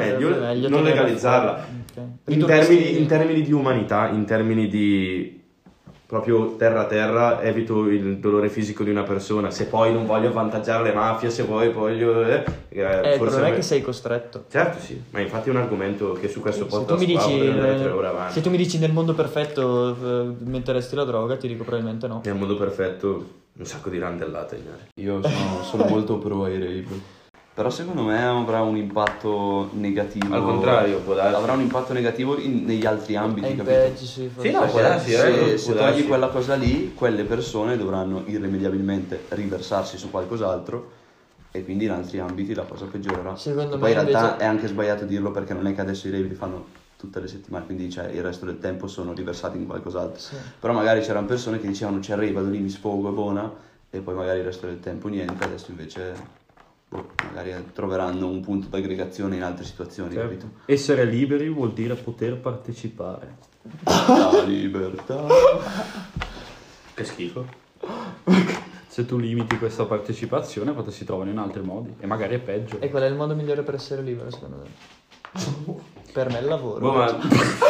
Speaker 4: non
Speaker 2: tenere
Speaker 4: legalizzarla.
Speaker 2: fuori. Ok.
Speaker 4: In termini di umanità, in termini di proprio terra a terra, evito il dolore fisico di una persona. Se poi non voglio avvantaggiare le mafie, se poi voglio...
Speaker 2: Il
Speaker 4: forse
Speaker 2: problema è che sei costretto.
Speaker 4: Certo sì, ma infatti è un argomento che su questo
Speaker 2: Se
Speaker 4: podcast
Speaker 2: tu mi dici,
Speaker 4: potremmo andare 3 ore avanti.
Speaker 2: se tu mi dici nel mondo perfetto metteresti la droga, ti dico probabilmente no.
Speaker 4: Nel mondo perfetto un sacco di randellate. Ignari.
Speaker 1: Io sono molto pro ai rave. Però secondo me avrà un impatto negativo.
Speaker 4: Al contrario, può darsi.
Speaker 1: Avrà un impatto negativo negli altri ambiti,
Speaker 2: È in
Speaker 1: capito?
Speaker 2: peggio, sì.
Speaker 4: Sì, no, può darsi,
Speaker 1: Se
Speaker 4: può
Speaker 1: togli
Speaker 4: darsi.
Speaker 1: quella cosa lì, quelle persone dovranno irrimediabilmente riversarsi su qualcos'altro e quindi in altri ambiti la cosa peggiorerà.
Speaker 2: Secondo
Speaker 1: E
Speaker 2: me
Speaker 1: poi in realtà
Speaker 2: invece-
Speaker 1: è anche sbagliato dirlo perché non è che adesso i rave li fanno tutte le settimane, quindi cioè, il resto del tempo sono riversati in qualcos'altro.
Speaker 2: Sì.
Speaker 1: Però magari c'erano persone che dicevano c'è il rave, vado lì, mi sfogo, è buona, e poi magari il resto del tempo niente, adesso invece magari troveranno un punto d'aggregazione in altre situazioni, capito?
Speaker 3: Essere liberi vuol dire poter partecipare.
Speaker 1: La libertà.
Speaker 4: Che schifo.
Speaker 3: Se tu limiti questa partecipazione, poi si trovano in altri modi e magari è peggio.
Speaker 2: E qual è il modo migliore per essere libero, secondo te? Per me è il lavoro.
Speaker 4: Boh, ma...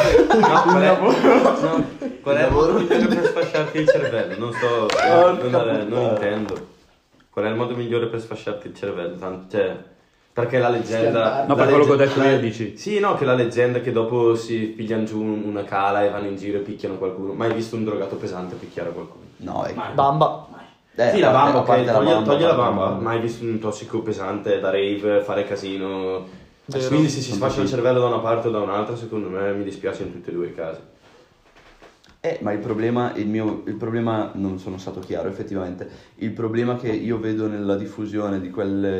Speaker 4: Qual è il modo migliore per sfasciarti il cervello? Non intendo. Qual è il modo migliore per sfasciarti il cervello? Cioè, perché la leggenda...
Speaker 3: No, per quello che ho detto io dici.
Speaker 4: Sì, no, che la leggenda che dopo si pigliano giù una cala e vanno in giro e picchiano qualcuno. Mai visto un drogato pesante picchiare qualcuno?
Speaker 1: No, è
Speaker 2: Bamba.
Speaker 4: Sì, la bamba,
Speaker 1: a parte
Speaker 4: ok, togli la bamba.
Speaker 1: bamba.
Speaker 4: Mai visto un tossico pesante da rave, fare casino...
Speaker 2: Vero.
Speaker 4: Quindi se si sfascia il cervello da una parte o da un'altra, secondo me mi dispiace in tutti e due i casi.
Speaker 1: Ma il problema non sono stato chiaro effettivamente. Il problema che io vedo nella diffusione di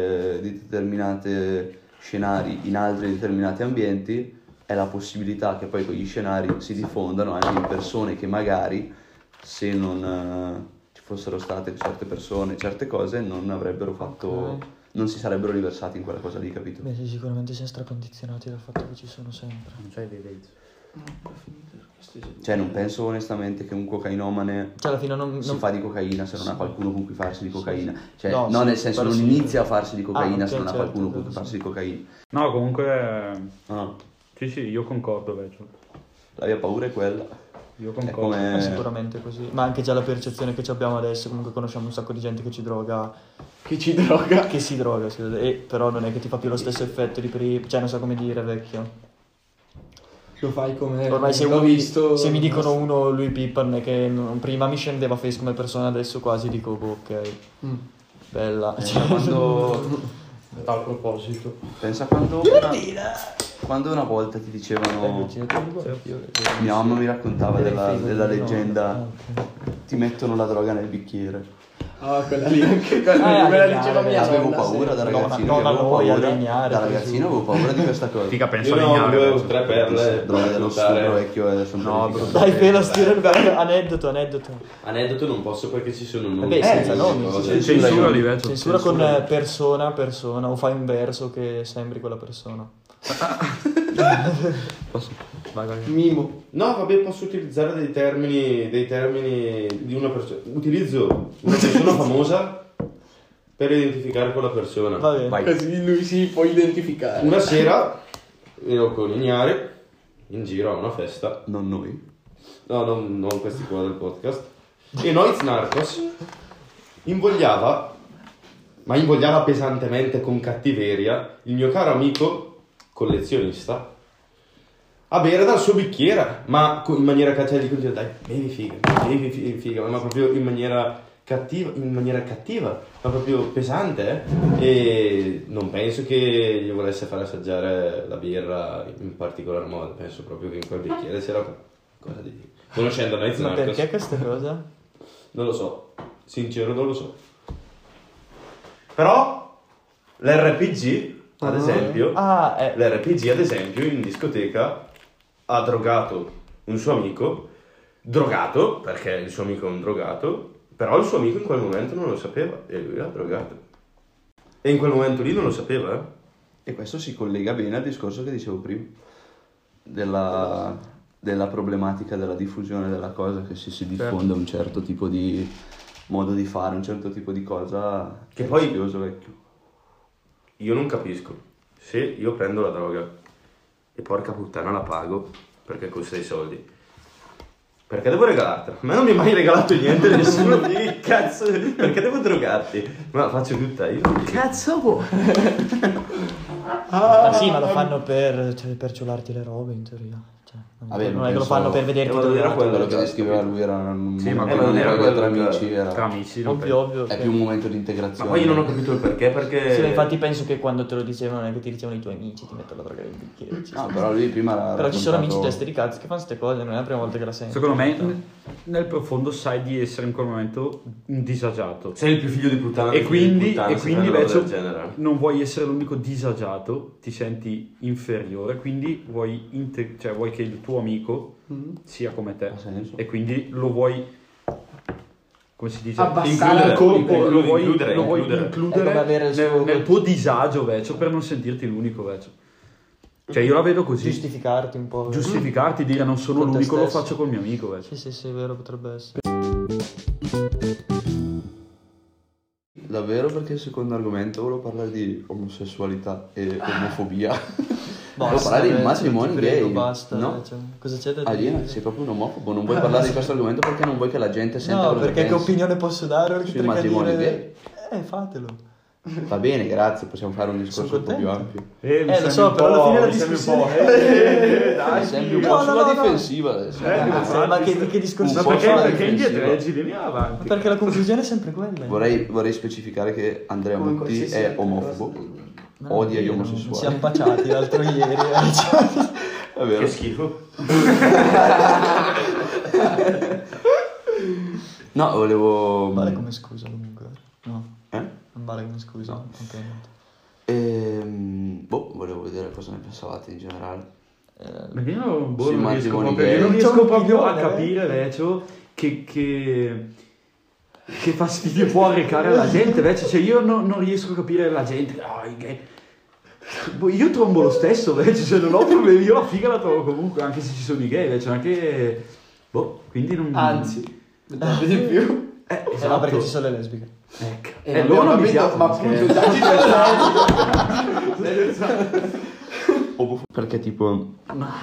Speaker 1: determinati scenari in altri determinati ambienti è la possibilità che poi quegli scenari si diffondano anche in persone che magari, se non ci fossero state certe persone, certe cose, non avrebbero fatto,
Speaker 2: Ok.
Speaker 1: non si sarebbero riversati in quella cosa lì, capito?
Speaker 2: Beh, sì, sicuramente siamo stracondizionati dal fatto che ci sono sempre.
Speaker 3: Non c'hai dei dates.
Speaker 1: Cioè non penso onestamente che un cocainomane
Speaker 2: Cioè, alla fine non
Speaker 1: si fa di cocaina se non ha qualcuno con cui farsi di cocaina. Cioè,
Speaker 2: No,
Speaker 1: no,
Speaker 2: sì,
Speaker 1: nel senso
Speaker 2: però
Speaker 1: non
Speaker 2: sì.
Speaker 1: inizia a farsi di cocaina
Speaker 2: Ah,
Speaker 1: se
Speaker 2: ok,
Speaker 1: non ha
Speaker 2: certo,
Speaker 1: qualcuno con
Speaker 2: quello
Speaker 1: cui
Speaker 2: sì.
Speaker 1: farsi di cocaina.
Speaker 3: No, comunque...
Speaker 1: No,
Speaker 3: Sì, io concordo, Vecchio.
Speaker 1: la mia paura è quella.
Speaker 3: Io
Speaker 1: È
Speaker 3: concordo.
Speaker 1: come...
Speaker 2: sicuramente così. Ma anche già la percezione che ci abbiamo adesso, comunque conosciamo un sacco di gente che ci droga,
Speaker 5: Che ci droga.
Speaker 2: che si droga, scusate, e però non è che ti fa più lo stesso effetto di prima, cioè non so come dire, vecchio.
Speaker 5: Lo fai come...
Speaker 2: Ormai se,
Speaker 5: l'ho visto...
Speaker 2: se mi dicono uno lui Pippa non è che prima mi scendeva face come persona, adesso quasi dico boh, ok,
Speaker 5: Mm.
Speaker 2: bella.
Speaker 1: Quando...
Speaker 5: A proposito.
Speaker 1: Pensa quando una volta ti dicevano... Mia mamma mi raccontava della leggenda, ti mettono la droga nel bicchiere.
Speaker 5: Ah, quella lì anche quella me la diceva mia
Speaker 1: Avevo
Speaker 5: nonna
Speaker 1: paura da
Speaker 5: sempre.
Speaker 1: ragazzino,
Speaker 2: non a
Speaker 1: avevo
Speaker 2: noi, a
Speaker 1: paura,
Speaker 2: legnare,
Speaker 1: da
Speaker 2: così.
Speaker 1: ragazzino avevo paura di questa cosa.
Speaker 3: Figa, penso
Speaker 4: Io
Speaker 3: a
Speaker 4: no,
Speaker 3: legnare.
Speaker 4: due o tre perle.
Speaker 1: Droga dello stupro vecchio è sempre
Speaker 3: No,
Speaker 1: efficace.
Speaker 2: Dai, pelo, stile, aneddoto.
Speaker 4: Aneddoto non posso perché ci sono nomi.
Speaker 2: Vabbè, senza nomi,
Speaker 4: cose.
Speaker 3: Censura lì, Vecchio.
Speaker 2: Censura con persona, o fai un verso che sembri quella persona.
Speaker 3: Vai.
Speaker 5: Mimo.
Speaker 4: No, vabbè, posso utilizzare dei termini di una persona. Utilizzo una persona famosa per identificare quella persona.
Speaker 2: Va bene.
Speaker 1: Vai.
Speaker 5: Così lui si può identificare.
Speaker 4: Una sera ero con Ignare in giro a una festa.
Speaker 1: Non noi.
Speaker 4: No, non questi qua del podcast. E Noiz Narcos invogliava pesantemente con cattiveria il mio caro amico collezionista a bere dal suo bicchiere, ma in maniera cattiva, dico dai, bevi figa, ma proprio in maniera cattiva, ma proprio pesante, e non penso che gli volesse far assaggiare la birra in particolar modo, penso proprio che in quel bicchiere c'era qualcosa di... Conoscendo Noiz
Speaker 2: Ma
Speaker 4: Narcos,
Speaker 2: perché questa cosa?
Speaker 4: non lo so, sincero non lo so. Però l'RPG, ad esempio, l'RPG ad esempio in discoteca ha drogato un suo amico, drogato perché il suo amico è un drogato, però il suo amico in quel momento non lo sapeva e lui l'ha drogato. E in quel momento lì non lo sapeva, eh?
Speaker 1: E questo si collega bene al discorso che dicevo prima, della problematica della diffusione della cosa, che se si diffonde un certo tipo di modo di fare, un certo tipo di cosa,
Speaker 4: Che
Speaker 1: è
Speaker 4: poi-
Speaker 1: rischioso, vecchio.
Speaker 4: Io non capisco, se io prendo la droga e porca puttana la pago perché costa i soldi, perché devo regalartela? A me non mi ha mai regalato niente nessuno, che cazzo, perché devo drogarti? Ma faccio tutta io.
Speaker 5: Cazzo vuoi?
Speaker 2: Ma sì, ma lo fanno per ciularti le robe in teoria. Cioè,
Speaker 1: Vabbè,
Speaker 2: non è che lo fanno per vederti
Speaker 4: non era
Speaker 2: drogato.
Speaker 4: quello
Speaker 1: Quello che
Speaker 4: che
Speaker 1: descriveva lui era un
Speaker 3: Sì, ma
Speaker 1: momento
Speaker 3: non
Speaker 4: era
Speaker 1: tra
Speaker 4: quello
Speaker 1: amici,
Speaker 4: che-
Speaker 1: era...
Speaker 3: Tra amici, non
Speaker 2: Ovvio.
Speaker 1: È
Speaker 2: ok.
Speaker 1: più un momento di
Speaker 4: Ma
Speaker 1: integrazione.
Speaker 4: poi io non ho capito il perché.
Speaker 2: Sì, ma infatti penso che quando te lo dicevano non è che ti dicevano i tuoi amici, ti mettono la droga nel bicchiere.
Speaker 1: No, però lui prima l'ha
Speaker 2: Però ci sono amici
Speaker 1: raccontato-
Speaker 2: testi di cazzo che fanno queste cose, non è la prima volta che la sento.
Speaker 3: Secondo me nel profondo sai di essere in quel momento un disagiato.
Speaker 4: Sei il più figlio di puttana.
Speaker 3: E
Speaker 4: del figlio di
Speaker 3: quindi,
Speaker 4: puttana,
Speaker 3: e
Speaker 4: se
Speaker 3: quindi
Speaker 4: fai una roba
Speaker 3: invece
Speaker 4: del genere.
Speaker 3: non vuoi essere l'unico disagiato, ti senti inferiore, quindi vuoi, cioè vuoi che il tuo amico sia come te
Speaker 1: Ha senso.
Speaker 3: e quindi lo vuoi, come si dice,
Speaker 5: Abbassare
Speaker 3: includere, lo vuoi
Speaker 4: includere.
Speaker 3: lo vuoi
Speaker 2: È come
Speaker 3: includere
Speaker 2: avere il suo-
Speaker 3: nel tuo disagio, Vecchio, per non sentirti l'unico, Vecchio. Cioè io la vedo così.
Speaker 2: Giustificarti un po'.
Speaker 3: Giustificarti, dire non sono
Speaker 2: Con te
Speaker 3: l'unico, lo
Speaker 2: stesso.
Speaker 3: faccio col mio amico, Vecchio.
Speaker 2: Sì, è vero, potrebbe essere.
Speaker 1: Davvero, perché il secondo argomento volevo parlare di omosessualità e omofobia.
Speaker 2: Basta,
Speaker 1: parlare di
Speaker 2: cioè,
Speaker 1: matrimoni
Speaker 2: ti prego,
Speaker 1: gay,
Speaker 2: basta,
Speaker 1: no?
Speaker 2: cioè, cosa c'è da dire?
Speaker 1: Aliena, sei proprio un omofobo, non vuoi parlare di questo argomento perché non vuoi che la gente senta
Speaker 2: No,
Speaker 1: cosa
Speaker 2: perché che
Speaker 1: pensi.
Speaker 2: opinione posso dare oltre
Speaker 1: Sui
Speaker 2: che
Speaker 1: matrimoni
Speaker 2: dire... Fatelo.
Speaker 1: Va bene, grazie, possiamo fare un discorso
Speaker 2: Sono
Speaker 1: un po' più
Speaker 2: contento.
Speaker 1: ampio.
Speaker 3: Mi
Speaker 2: lo so, però alla fine la discussione...
Speaker 3: Dai,
Speaker 1: Sembri un
Speaker 3: sì.
Speaker 1: po'
Speaker 2: No,
Speaker 1: sulla
Speaker 2: no.
Speaker 1: difensiva adesso.
Speaker 2: Ma che discorso
Speaker 3: Ma
Speaker 1: Un po'
Speaker 3: perché,
Speaker 1: sulla
Speaker 3: perché
Speaker 1: difensiva.
Speaker 3: indietreggi? Vieni avanti.
Speaker 2: Perché la conclusione è sempre quella.
Speaker 1: Vorrei specificare che Andrea
Speaker 5: Come
Speaker 1: Mutti
Speaker 5: qualsiasi
Speaker 1: è
Speaker 5: altra
Speaker 1: omofobo,
Speaker 2: No,
Speaker 1: odia gli
Speaker 2: io non-
Speaker 1: omosessuali.
Speaker 2: Siamo baciati l'altro ieri.
Speaker 1: È vero.
Speaker 4: Che schifo.
Speaker 1: No, volevo...
Speaker 2: Vale come scusa comunque. No,
Speaker 1: Eh?
Speaker 2: non vale come scusa.
Speaker 1: No.
Speaker 2: Ok, niente.
Speaker 1: Volevo vedere cosa ne pensavate in generale.
Speaker 3: Ma io non
Speaker 1: Sui
Speaker 3: riesco
Speaker 1: matrimoni
Speaker 3: proprio,
Speaker 1: gay.
Speaker 3: io non
Speaker 2: C'è
Speaker 3: riesco
Speaker 2: un
Speaker 3: proprio a
Speaker 2: opinione,
Speaker 3: capire, Vecio, che fastidio può arrecare alla gente, Vecio. Cioè io non riesco a capire la gente. "Ah, i gay". Boh, io trombo lo stesso, Vecio, cioè non ho problemi. Io la figa la trovo comunque, anche se ci sono i gay, Vecio, anche... Boh, quindi non...
Speaker 5: Anzi, mettere di più.
Speaker 3: esatto.
Speaker 2: No, perché ci sono le lesbiche.
Speaker 3: Ecco.
Speaker 5: Non
Speaker 3: loro
Speaker 5: abbiamo
Speaker 3: non mi
Speaker 5: capito,
Speaker 3: piacciono,
Speaker 5: ma appunto
Speaker 3: scherzo.
Speaker 1: Perché tipo...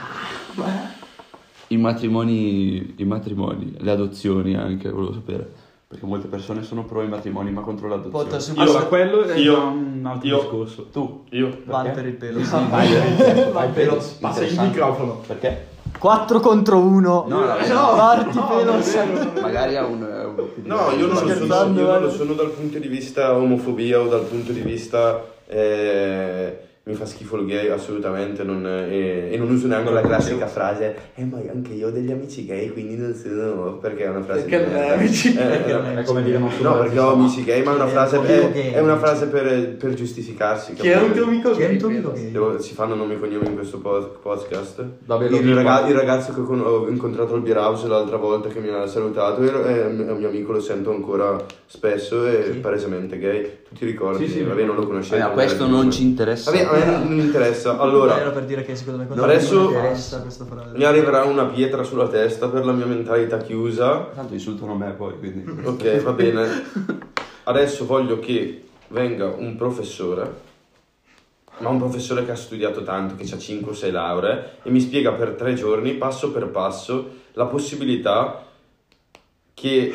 Speaker 1: I matrimoni, le adozioni anche, volevo sapere. Perché molte persone sono pro i matrimoni ma contro l'adozione.
Speaker 2: Potta su
Speaker 3: Allora, quello è
Speaker 4: io-
Speaker 3: già un altro
Speaker 4: io-
Speaker 3: discorso.
Speaker 1: Tu?
Speaker 2: Van per il pelo.
Speaker 1: Vai pelo.
Speaker 3: Passa il
Speaker 1: Interessante.
Speaker 3: microfono.
Speaker 1: Perché?
Speaker 2: 4 contro 1.
Speaker 1: No,
Speaker 2: Parti pelo.
Speaker 1: Magari ha un...
Speaker 4: No, io non lo sono,
Speaker 2: scherzando,
Speaker 4: io non lo
Speaker 2: guarda.
Speaker 4: sono dal punto di vista omofobia o dal punto di vista mi fa schifo il gay, assolutamente, e non uso neanche la classica frase ma anche io ho degli amici gay, quindi non sono, perché è una frase
Speaker 5: Perché
Speaker 4: di
Speaker 5: non hai
Speaker 4: merda.
Speaker 5: amici?
Speaker 2: Perché non
Speaker 3: È come dire non sono
Speaker 4: No, perché ho amici gay, ma è una frase,
Speaker 2: un amico gay.
Speaker 4: è una frase per giustificarsi.
Speaker 5: Che era un tuo amico
Speaker 2: Che è un
Speaker 5: gay,
Speaker 2: tuo amico
Speaker 5: credo.
Speaker 2: gay.
Speaker 4: Si fanno nomi e cognomi in questo podcast.
Speaker 3: Vabbè,
Speaker 4: Il ragazzo che ho incontrato al beer house l'altra volta che mi ha salutato è un mio amico, lo sento ancora spesso, è
Speaker 2: Sì.
Speaker 4: palesemente gay. Tu ti ricordi?
Speaker 3: Sì, sì,
Speaker 4: vabbè, non lo conoscevo.
Speaker 1: Ma questo non ci interessa.
Speaker 4: Vabbè, a me non mi interessa.
Speaker 2: Era
Speaker 4: Allora,
Speaker 2: per dire che secondo me
Speaker 4: adesso
Speaker 2: non interessa questa frase.
Speaker 4: mi arriverà una pietra sulla testa per la mia mentalità chiusa.
Speaker 1: Tanto insultano me poi, quindi...
Speaker 4: Ok, va bene. Adesso voglio che venga un professore, ma un professore che ha studiato tanto, che ha 5 o 6 lauree, e mi spiega per 3 giorni, passo per passo, la possibilità che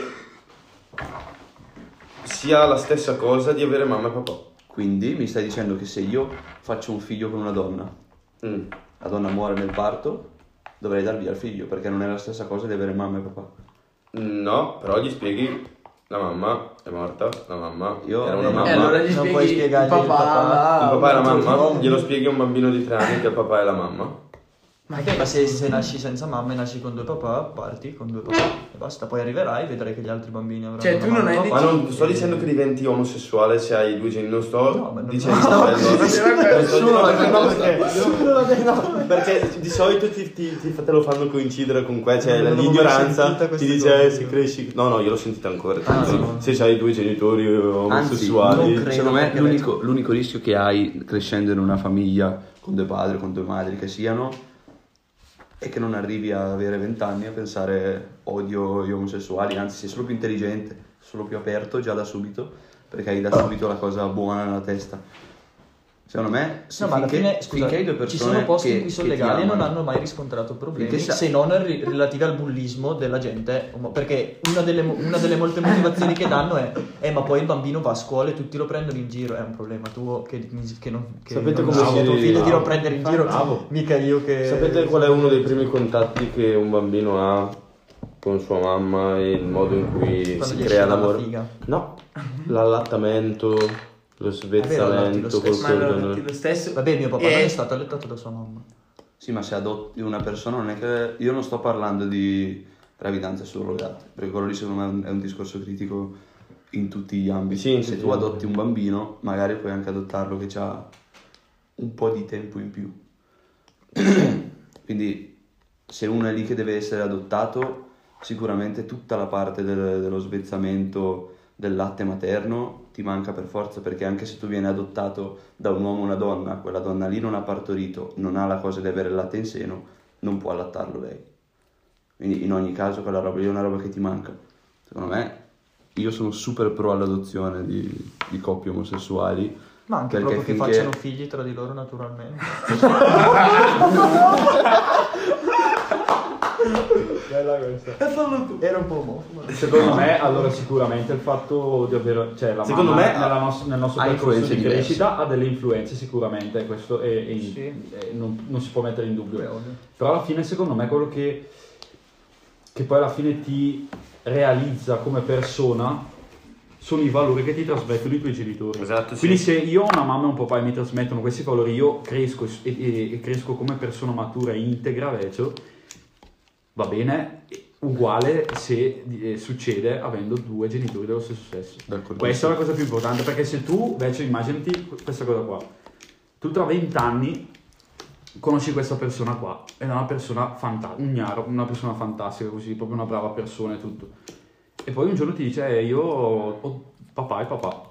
Speaker 4: sia la stessa cosa di avere mamma e papà.
Speaker 1: Quindi mi stai dicendo che se io faccio un figlio con una donna,
Speaker 4: Mm.
Speaker 1: la donna muore nel parto, dovrei dar via il figlio, perché non è la stessa cosa di avere mamma e papà.
Speaker 4: No, però gli spieghi, la mamma è morta, la mamma
Speaker 1: Io-
Speaker 4: era una
Speaker 1: E
Speaker 4: mamma.
Speaker 5: allora gli
Speaker 2: Non puoi
Speaker 5: spieghi il
Speaker 2: spiegargli il
Speaker 5: papà.
Speaker 2: papà.
Speaker 4: Il papà e la mamma,
Speaker 5: no.
Speaker 4: glielo spieghi a un bambino di 3 anni che il papà è la mamma.
Speaker 2: Ma che ma se nasci senza mamma e nasci con 2 papà, parti con 2 papà e basta. Poi arriverai e vedrai che gli altri bambini avranno
Speaker 5: Cioè,
Speaker 2: una
Speaker 5: tu non
Speaker 2: mamma e
Speaker 5: hai
Speaker 2: un
Speaker 4: Ma
Speaker 2: papà.
Speaker 4: non sto dicendo che diventi omosessuale se hai 2 genitori, non sto
Speaker 2: No, ma non-
Speaker 4: dicendo
Speaker 2: no,
Speaker 4: quello. Perché di solito te lo fanno coincidere con te, cioè
Speaker 2: Non l'avevo mai
Speaker 4: l'ignoranza
Speaker 2: sentita
Speaker 4: ti
Speaker 2: questa
Speaker 4: dice
Speaker 2: cosa.
Speaker 4: se cresci. No, io l'ho sentita ancora.
Speaker 2: Ah,
Speaker 4: Sì.
Speaker 2: no.
Speaker 4: Se hai 2 genitori
Speaker 1: Anzi,
Speaker 4: omosessuali.
Speaker 2: non credo.
Speaker 1: secondo me
Speaker 2: perché
Speaker 1: l'unico rischio che hai crescendo in una famiglia con 2 padri, con 2 madri che siano, è che non arrivi a avere 20 anni a pensare odio gli omosessuali, anzi sei solo più intelligente, solo più aperto già da subito, perché hai da subito la cosa buona nella testa. Secondo me,
Speaker 2: No, ma alla fine, scusa,
Speaker 1: finché hai 2
Speaker 2: ci
Speaker 1: persone
Speaker 2: sono posti
Speaker 1: che,
Speaker 2: in cui sono
Speaker 1: che ti
Speaker 2: legali e non
Speaker 1: amano,
Speaker 2: hanno mai riscontrato problemi,
Speaker 1: Finché
Speaker 2: se non relativi al bullismo della gente, perché una delle molte motivazioni che danno è ma poi il bambino va a scuola e tutti lo prendono in giro, è un problema tuo che non
Speaker 4: Sapete
Speaker 2: non
Speaker 4: come
Speaker 2: amo
Speaker 4: si-
Speaker 2: tuo figlio di non
Speaker 4: bravo.
Speaker 2: prendere in giro,
Speaker 4: Bravo.
Speaker 2: mica io che...
Speaker 4: Sapete qual è uno dei primi contatti che un bambino ha con sua mamma e il modo in cui
Speaker 2: Quando
Speaker 4: si
Speaker 2: gli
Speaker 4: crea
Speaker 2: esce la
Speaker 4: l'amore?
Speaker 2: figa.
Speaker 4: No, l'allattamento, lo svezzamento,
Speaker 2: lo stesso.
Speaker 5: Ma
Speaker 4: col
Speaker 5: allora,
Speaker 4: cordone.
Speaker 5: lo stesso.
Speaker 2: Vabbè, mio papà
Speaker 5: E-
Speaker 2: non è stato allettato da sua mamma.
Speaker 1: Sì, ma se adotti una persona non è che... Io non sto parlando di gravidanze surrogate, perché quello lì secondo me è un discorso critico in tutti gli ambiti.
Speaker 4: Sì, in
Speaker 1: se
Speaker 4: tutti
Speaker 1: tu
Speaker 4: gli
Speaker 1: adotti un bambino, magari puoi anche adottarlo che ha un po' di tempo in più. Quindi se uno è lì che deve essere adottato, sicuramente tutta la parte dello svezzamento del latte materno ti manca per forza, perché anche se tu vieni adottato da un uomo o una donna, quella donna lì non ha partorito, non ha la cosa di avere il latte in seno, non può allattarlo lei. Quindi in ogni caso quella roba lì è una roba che ti manca. Secondo me, io sono super pro all'adozione di coppie omosessuali,
Speaker 2: Ma anche
Speaker 1: Perché
Speaker 2: proprio che
Speaker 1: finché-
Speaker 2: facciano figli tra di loro naturalmente.
Speaker 3: Bella questa.
Speaker 2: Era un po' omofobo.
Speaker 3: Secondo me, allora, sicuramente il fatto di avere, cioè la
Speaker 4: Secondo
Speaker 3: mamma
Speaker 4: me
Speaker 3: nel nostro
Speaker 1: ha
Speaker 3: percorso
Speaker 1: influenze
Speaker 3: di
Speaker 1: diverse.
Speaker 3: crescita ha delle influenze sicuramente, questo non si può mettere in dubbio. Però alla fine, secondo me, quello che poi alla fine ti realizza come persona sono i valori che ti trasmettono i tuoi genitori.
Speaker 4: Esatto, sì.
Speaker 3: Quindi se io ho una mamma e un papà e mi trasmettono questi valori, io cresco e cresco come persona matura e integra, invece, va bene, uguale se succede avendo due genitori dello stesso sesso. Questa è la cosa più importante, perché se tu, invece, immaginati questa cosa qua, tu tra 20 anni conosci questa persona qua, è una persona una persona fantastica, così, proprio una brava persona e tutto. E poi un giorno ti dice, io ho papà e papà.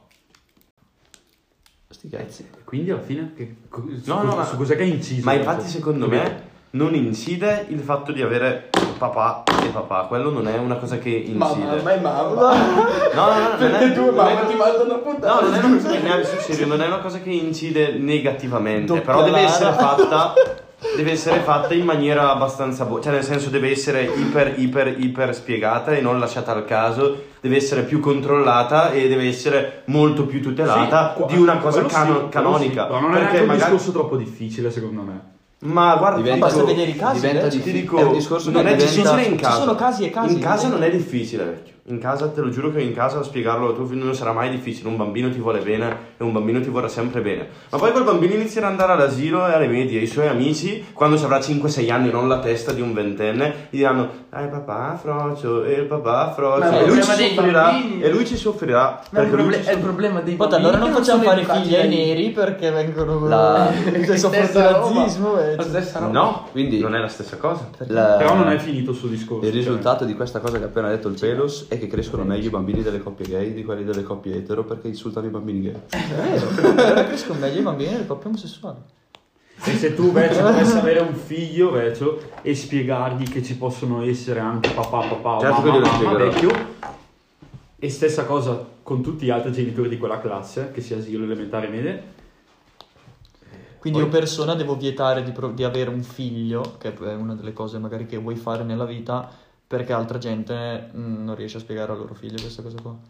Speaker 1: Sti cazzi.
Speaker 3: E quindi alla fine,
Speaker 4: No,
Speaker 3: su cos'è che hai inciso?
Speaker 4: Ma infatti secondo me non incide il fatto di avere papà e papà, quello non è una cosa che incide.
Speaker 5: Mamma e mamma.
Speaker 4: No, non è
Speaker 5: Tue mamma ti mandano a puntare.
Speaker 4: No, non è una cosa che, sul serio, non è una cosa che incide negativamente,
Speaker 2: Doppia
Speaker 4: però deve
Speaker 2: Lara.
Speaker 4: essere fatta in maniera abbastanza cioè nel senso deve essere iper spiegata e non lasciata al caso, deve essere più controllata e deve essere molto più tutelata
Speaker 3: Sì,
Speaker 4: di una cosa
Speaker 3: quello sì,
Speaker 4: canonica.
Speaker 3: però non è
Speaker 4: perché
Speaker 3: neanche un discorso troppo difficile, secondo me.
Speaker 4: Ma guarda,
Speaker 1: Diventa-
Speaker 2: Basta vedere i casi,
Speaker 1: diventa
Speaker 2: vecchio.
Speaker 4: ti
Speaker 1: difficile.
Speaker 4: dico,
Speaker 1: È un discorso
Speaker 4: non
Speaker 1: che
Speaker 4: è
Speaker 1: diventa-
Speaker 4: difficile in
Speaker 2: Ci
Speaker 4: casa.
Speaker 2: sono casi e casi.
Speaker 4: In casa non è difficile, vecchio. In casa te lo giuro che in casa spiegarlo a tuo figlio non sarà mai difficile. Un bambino ti vuole bene e un bambino ti vorrà sempre bene. Ma poi quel bambino inizierà ad andare all'asilo e alle medie. I suoi amici, quando ci avrà 5-6 anni, non la testa di un ventenne, gli diranno: papà frocio, e il papà frocio.
Speaker 5: Ma è
Speaker 4: E
Speaker 5: il
Speaker 4: lui ci
Speaker 5: problema dei
Speaker 4: soffrirà.
Speaker 5: bambini.
Speaker 4: E lui ci soffrirà.
Speaker 5: Ma
Speaker 4: Perché lui ci
Speaker 5: è il problema dei
Speaker 2: Poi
Speaker 5: bambini.
Speaker 2: allora non
Speaker 5: che
Speaker 2: facciamo
Speaker 5: sono
Speaker 2: fare
Speaker 5: educati
Speaker 2: figli ai
Speaker 5: da-
Speaker 2: neri perché vengono
Speaker 1: La-
Speaker 2: cioè, soffrono di
Speaker 5: Stessa roba.
Speaker 2: razzismo.
Speaker 5: La stessa roba.
Speaker 4: No,
Speaker 1: Quindi
Speaker 4: non è la stessa cosa.
Speaker 3: Però non è finito il suo discorso.
Speaker 1: Il risultato di questa cosa che ha appena detto il Pelos è che crescono meglio i bambini delle coppie gay di quelli delle coppie etero perché insultano i bambini gay.
Speaker 2: Allora crescono meglio i bambini delle coppie omosessuali.
Speaker 3: E se tu invece dovessi avere un figlio, invece, e spiegargli che ci possono essere anche papà o
Speaker 4: Certo che
Speaker 3: mamma,
Speaker 4: glielo
Speaker 3: mamma,
Speaker 4: spiegherò.
Speaker 3: vecchio, e stessa cosa con tutti gli altri genitori di quella classe, che sia asilo, elementare, medie.
Speaker 2: Quindi
Speaker 3: Poi-
Speaker 2: io persona devo vietare di avere un figlio, che è una delle cose magari che vuoi fare nella vita, perché altra gente non riesce a spiegare al loro figlio questa cosa qua.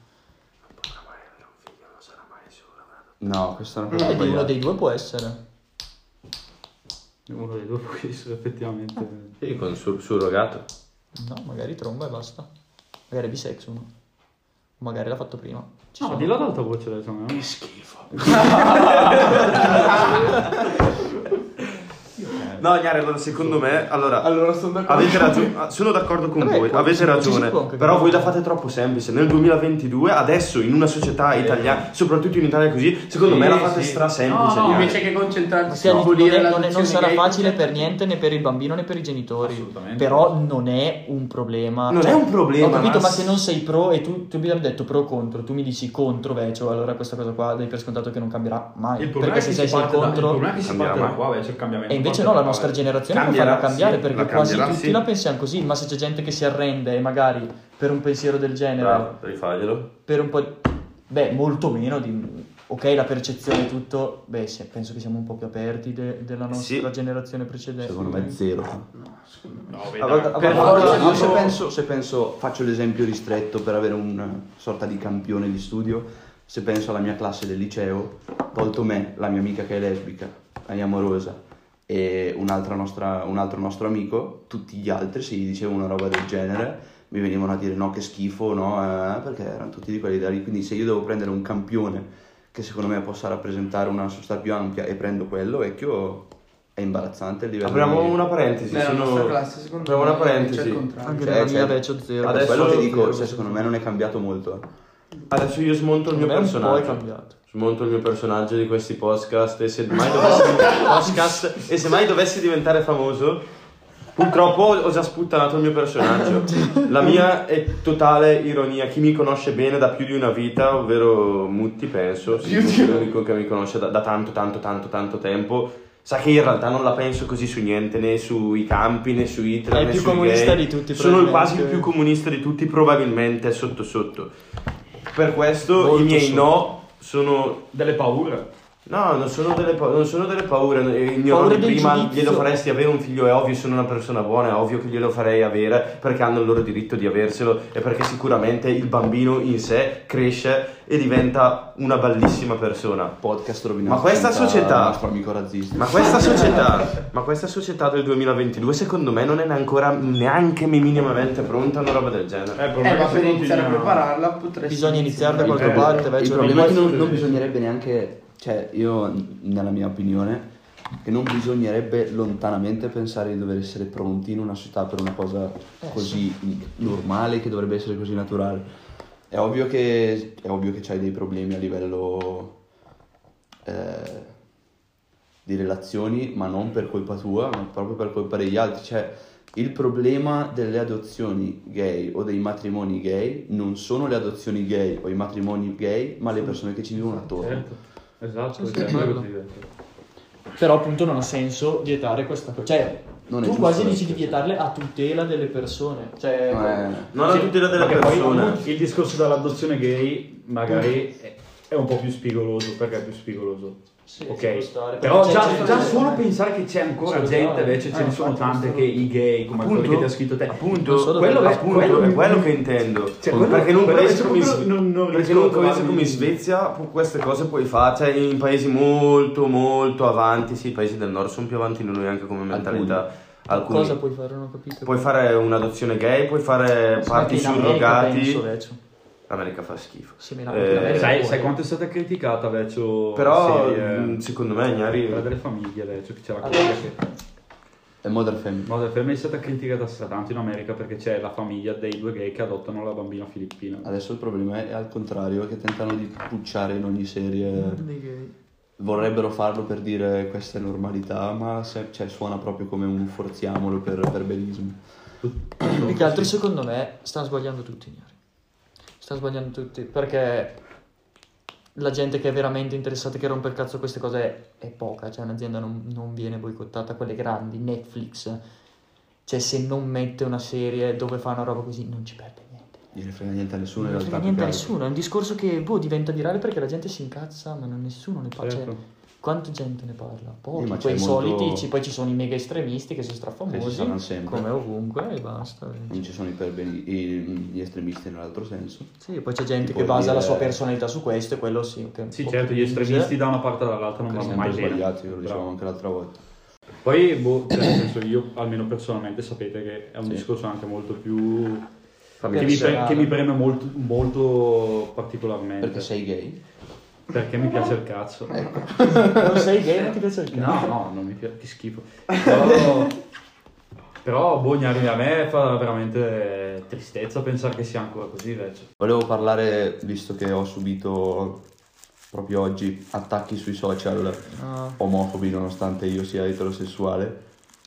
Speaker 1: No, questa è una cosa
Speaker 2: Di uno
Speaker 1: sbagliata.
Speaker 2: dei due può essere.
Speaker 3: Uno dei due può essere effettivamente.
Speaker 4: Sì, con surrogato.
Speaker 2: No, magari tromba e basta. Magari è bisex uno. Magari l'ha fatto prima. Ci
Speaker 3: No,
Speaker 2: sono.
Speaker 3: dillo ad alta voce adesso. Che
Speaker 4: schifo. No, Gnare, allora secondo me,
Speaker 5: Allora sono d'accordo.
Speaker 4: avete ragione, sono d'accordo con
Speaker 2: Vabbè,
Speaker 4: voi,
Speaker 2: qua
Speaker 4: avete
Speaker 2: ci si
Speaker 4: ragione,
Speaker 2: può anche
Speaker 4: però voi la
Speaker 2: capire.
Speaker 4: fate troppo semplice. Nel 2022, adesso in una società italiana, soprattutto in Italia così, secondo me la fate stra semplice.
Speaker 3: No,
Speaker 4: Gnare.
Speaker 5: Invece che concentrarsi
Speaker 2: Sia
Speaker 5: su
Speaker 2: non,
Speaker 5: abolire
Speaker 2: non
Speaker 5: l'adozione
Speaker 2: sarà
Speaker 5: gay,
Speaker 2: facile per
Speaker 5: concentrarsi-
Speaker 2: niente né per il bambino né per i genitori.
Speaker 3: Assolutamente.
Speaker 2: Però non è un problema.
Speaker 4: Non
Speaker 2: Cioè,
Speaker 4: è un problema,
Speaker 2: Ho capito,
Speaker 4: ma-
Speaker 2: ma se non sei pro e tu abbiamo detto pro o contro, tu mi dici contro, Vecio, allora questa cosa qua dai per scontato che non cambierà mai.
Speaker 3: Il problema
Speaker 2: Perché
Speaker 3: è
Speaker 2: se
Speaker 3: che
Speaker 2: sei
Speaker 3: il
Speaker 2: contro.
Speaker 3: problema è che si parte
Speaker 4: Cambierà
Speaker 3: da qua, c'è il cambiamento.
Speaker 2: E invece
Speaker 3: parte
Speaker 2: no, la
Speaker 3: da
Speaker 2: nostra
Speaker 3: qua.
Speaker 2: generazione può
Speaker 4: Cambierà,
Speaker 2: farla cambiare
Speaker 4: sì,
Speaker 2: perché
Speaker 4: la
Speaker 2: quasi
Speaker 4: cambierà,
Speaker 2: tutti
Speaker 4: sì.
Speaker 2: la pensiamo così, ma se c'è gente che si arrende e magari per un pensiero del genere,
Speaker 4: Bravo, rifaglielo.
Speaker 2: per un po'. Beh, molto meno di. Ok, la percezione e tutto, beh, penso che siamo un po' più aperti della nostra
Speaker 4: Sì.
Speaker 2: generazione precedente.
Speaker 1: Secondo me zero.
Speaker 3: No,
Speaker 1: A volte-
Speaker 4: Per
Speaker 1: allora,
Speaker 4: forza,
Speaker 1: io
Speaker 4: tipo-
Speaker 1: se penso, faccio l'esempio ristretto per avere una sorta di campione di studio, se penso alla mia classe del liceo, tolto me, la mia amica che è lesbica, amorosa, e un altro nostro amico, tutti gli altri, se gli dicevo una roba del genere, mi venivano a dire no, che schifo, no, perché erano tutti di quelli da lì. Quindi se io devo prendere un campione che secondo me possa rappresentare una società più ampia e prendo quello, vecchio, è imbarazzante il livello.
Speaker 4: Apriamo
Speaker 1: di-
Speaker 4: una parentesi.
Speaker 5: Nella
Speaker 4: sono-
Speaker 5: nostra classe, secondo
Speaker 4: apriamo
Speaker 5: me,
Speaker 4: una parentesi.
Speaker 5: c'è il contrario.
Speaker 2: Anche
Speaker 1: Cioè,
Speaker 2: nella mia
Speaker 1: cioè,
Speaker 2: Vecio zero.
Speaker 4: adesso-
Speaker 1: Quello che dico,
Speaker 5: zero,
Speaker 1: cioè, secondo me non è cambiato molto.
Speaker 4: Adesso io smonto il mio
Speaker 2: Secondo me un po' è
Speaker 4: personaggio.
Speaker 2: cambiato.
Speaker 4: Smonto il mio personaggio di questi podcast e se mai dovessi diventare famoso, purtroppo ho già sputtanato il mio personaggio. La mia è totale ironia. Chi mi conosce bene da più di una vita, ovvero Mutti, penso, sì, Mutti è l'unico che mi conosce da tanto tempo, sa che in realtà non la penso così su niente, né sui campi, né su Hitler,
Speaker 2: È il
Speaker 4: né
Speaker 2: più
Speaker 4: sui
Speaker 2: comunista
Speaker 4: gay.
Speaker 2: di tutti,
Speaker 4: Sono quasi il
Speaker 2: probabilmente.
Speaker 4: più comunista di tutti, probabilmente sotto sotto. Per questo
Speaker 2: Molto
Speaker 4: i miei
Speaker 2: sotto.
Speaker 4: no sono
Speaker 3: Delle paure.
Speaker 4: No, non sono delle paure. Il mio
Speaker 2: Paure
Speaker 4: nonno
Speaker 2: del
Speaker 4: prima
Speaker 2: giudizio.
Speaker 4: glielo faresti avere un figlio, è ovvio, sono una persona buona, è ovvio che glielo farei avere perché hanno il loro diritto di averselo e perché sicuramente il bambino in sé cresce e diventa una bellissima persona.
Speaker 1: Podcast rovinato.
Speaker 4: Ma questa
Speaker 1: senza
Speaker 4: società-
Speaker 1: il nostro amico razzista.
Speaker 4: Ma questa società del 2022 secondo me non è ancora neanche minimamente pronta a una roba del genere.
Speaker 5: Ma per iniziare a prepararla potresti
Speaker 2: Bisogna iniziare da qualche
Speaker 3: Eh,
Speaker 2: parte,
Speaker 1: Il
Speaker 2: cioè,
Speaker 1: problema è che
Speaker 2: non
Speaker 1: non bisognerebbe neanche, cioè io nella mia opinione, che non bisognerebbe lontanamente pensare di dover essere pronti in una società per una cosa così normale, che dovrebbe essere così naturale. È ovvio che c'hai dei problemi a livello di relazioni, ma non per colpa tua, ma proprio per colpa degli altri. Cioè, il problema delle adozioni gay o dei matrimoni gay non sono le adozioni gay o i matrimoni gay, ma le persone che ci vivono attorno.
Speaker 3: Certo, esatto,
Speaker 2: Sì,
Speaker 3: è
Speaker 2: quello.
Speaker 3: così detto.
Speaker 2: Però appunto non ha senso vietare questa cosa. Cioè,
Speaker 1: Non è
Speaker 2: tu
Speaker 1: giusto,
Speaker 2: quasi dici di
Speaker 1: sì.
Speaker 2: vietarle a tutela delle persone. Cioè,
Speaker 4: Non a tutela delle
Speaker 3: Perché poi
Speaker 4: persone.
Speaker 3: il discorso dell'adozione gay magari è un po' più spigoloso, perché è più spigoloso.
Speaker 2: sì,
Speaker 3: Ok,
Speaker 2: ci può stare.
Speaker 3: però
Speaker 2: C'è
Speaker 3: già
Speaker 2: gente-
Speaker 3: solo pensare che c'è ancora
Speaker 2: Ci può
Speaker 3: gente,
Speaker 2: stare.
Speaker 3: invece ce ne sono tante che i gay, come quelli che ti ha scritto te.
Speaker 4: Appunto,
Speaker 2: Non so dove-
Speaker 3: quello è-
Speaker 4: appunto, è quello che intendo.
Speaker 3: Cioè, quello-
Speaker 4: perché in un
Speaker 3: quello
Speaker 4: paese
Speaker 3: è
Speaker 4: come,
Speaker 3: proprio non
Speaker 4: perché
Speaker 3: riesco
Speaker 4: in un
Speaker 3: a
Speaker 4: paese
Speaker 3: trovarmi-
Speaker 4: come in Svezia queste cose puoi fare, cioè in paesi molto molto avanti, sì, i paesi del nord sono più avanti di noi anche come mentalità. Alcuni.
Speaker 2: Cosa puoi fare? Non ho capito.
Speaker 4: Puoi fare un'adozione gay, puoi fare parti
Speaker 2: In America,
Speaker 4: surrogati.
Speaker 2: penso, Vecchio.
Speaker 4: L'America fa schifo.
Speaker 2: Sì, in America
Speaker 3: Sai
Speaker 2: puoi.
Speaker 3: quanto è stata criticata Vecchio
Speaker 4: Però
Speaker 3: la serie,
Speaker 4: secondo me Gnari
Speaker 3: quella delle famiglie Vecchio, che c'è la
Speaker 2: Allora.
Speaker 3: coppia che
Speaker 1: È Modern Family.
Speaker 3: no, la famiglia è stata criticata tanto in America perché c'è la famiglia dei due gay che adottano la bambina filippina.
Speaker 1: Adesso il problema è al contrario, che tentano di pucciare in ogni serie.
Speaker 2: Dei gay.
Speaker 1: Vorrebbero farlo per dire questa è normalità, ma cioè, suona proprio come un forziamolo per belismo.
Speaker 2: Più che altro secondo me stanno sbagliando tutti, Gnari. Stanno sbagliando tutti, perché la gente che è veramente interessata, che rompe il cazzo a queste cose è poca. Cioè un'azienda non viene boicottata, quelle grandi, Netflix. Cioè se non mette una serie dove fa una roba così non ci perde niente.
Speaker 1: Non ne frega niente a nessuno in
Speaker 2: Non
Speaker 1: realtà.
Speaker 2: frega niente a
Speaker 1: più che altro.
Speaker 2: nessuno, è un discorso che diventa virale perché la gente si incazza, ma nessuno ne parla.
Speaker 3: Certo.
Speaker 2: Cioè, quanta gente ne parla? Pochi,
Speaker 1: ma c'è
Speaker 2: quei
Speaker 1: molto-
Speaker 2: soliti, poi ci sono i mega estremisti che sono
Speaker 1: Che ci
Speaker 2: strafamosi,
Speaker 1: saranno sempre.
Speaker 2: come ovunque, e basta.
Speaker 1: Non ci sono gli estremisti nell'altro senso.
Speaker 2: Sì, poi c'è gente
Speaker 1: Ti
Speaker 2: che
Speaker 1: puoi
Speaker 2: basa la
Speaker 1: dire-
Speaker 2: sua personalità su questo e quello sì. Che è un
Speaker 3: Sì,
Speaker 2: po'
Speaker 3: certo, gli
Speaker 2: cringe.
Speaker 3: estremisti da una parte o dall'altra non
Speaker 1: Che
Speaker 3: vanno
Speaker 1: sempre
Speaker 3: mai bene.
Speaker 1: sbagliati, lo dicevamo
Speaker 3: Bravo.
Speaker 1: anche l'altra volta.
Speaker 3: Poi, cioè, nel senso, io almeno personalmente sapete che è un
Speaker 1: Sì.
Speaker 3: discorso anche molto più
Speaker 2: Personale.
Speaker 3: che mi preme molto, molto particolarmente.
Speaker 1: Perché sei gay?
Speaker 3: Perché mi piace il cazzo.
Speaker 2: Non sei gay, non ti piace il cazzo?
Speaker 3: No, non mi piace, che schifo. Però Gnari, a me fa veramente tristezza pensare che sia ancora così invece.
Speaker 1: Volevo parlare, visto che ho subito proprio oggi attacchi sui social
Speaker 2: No.
Speaker 1: omofobi, nonostante io sia eterosessuale.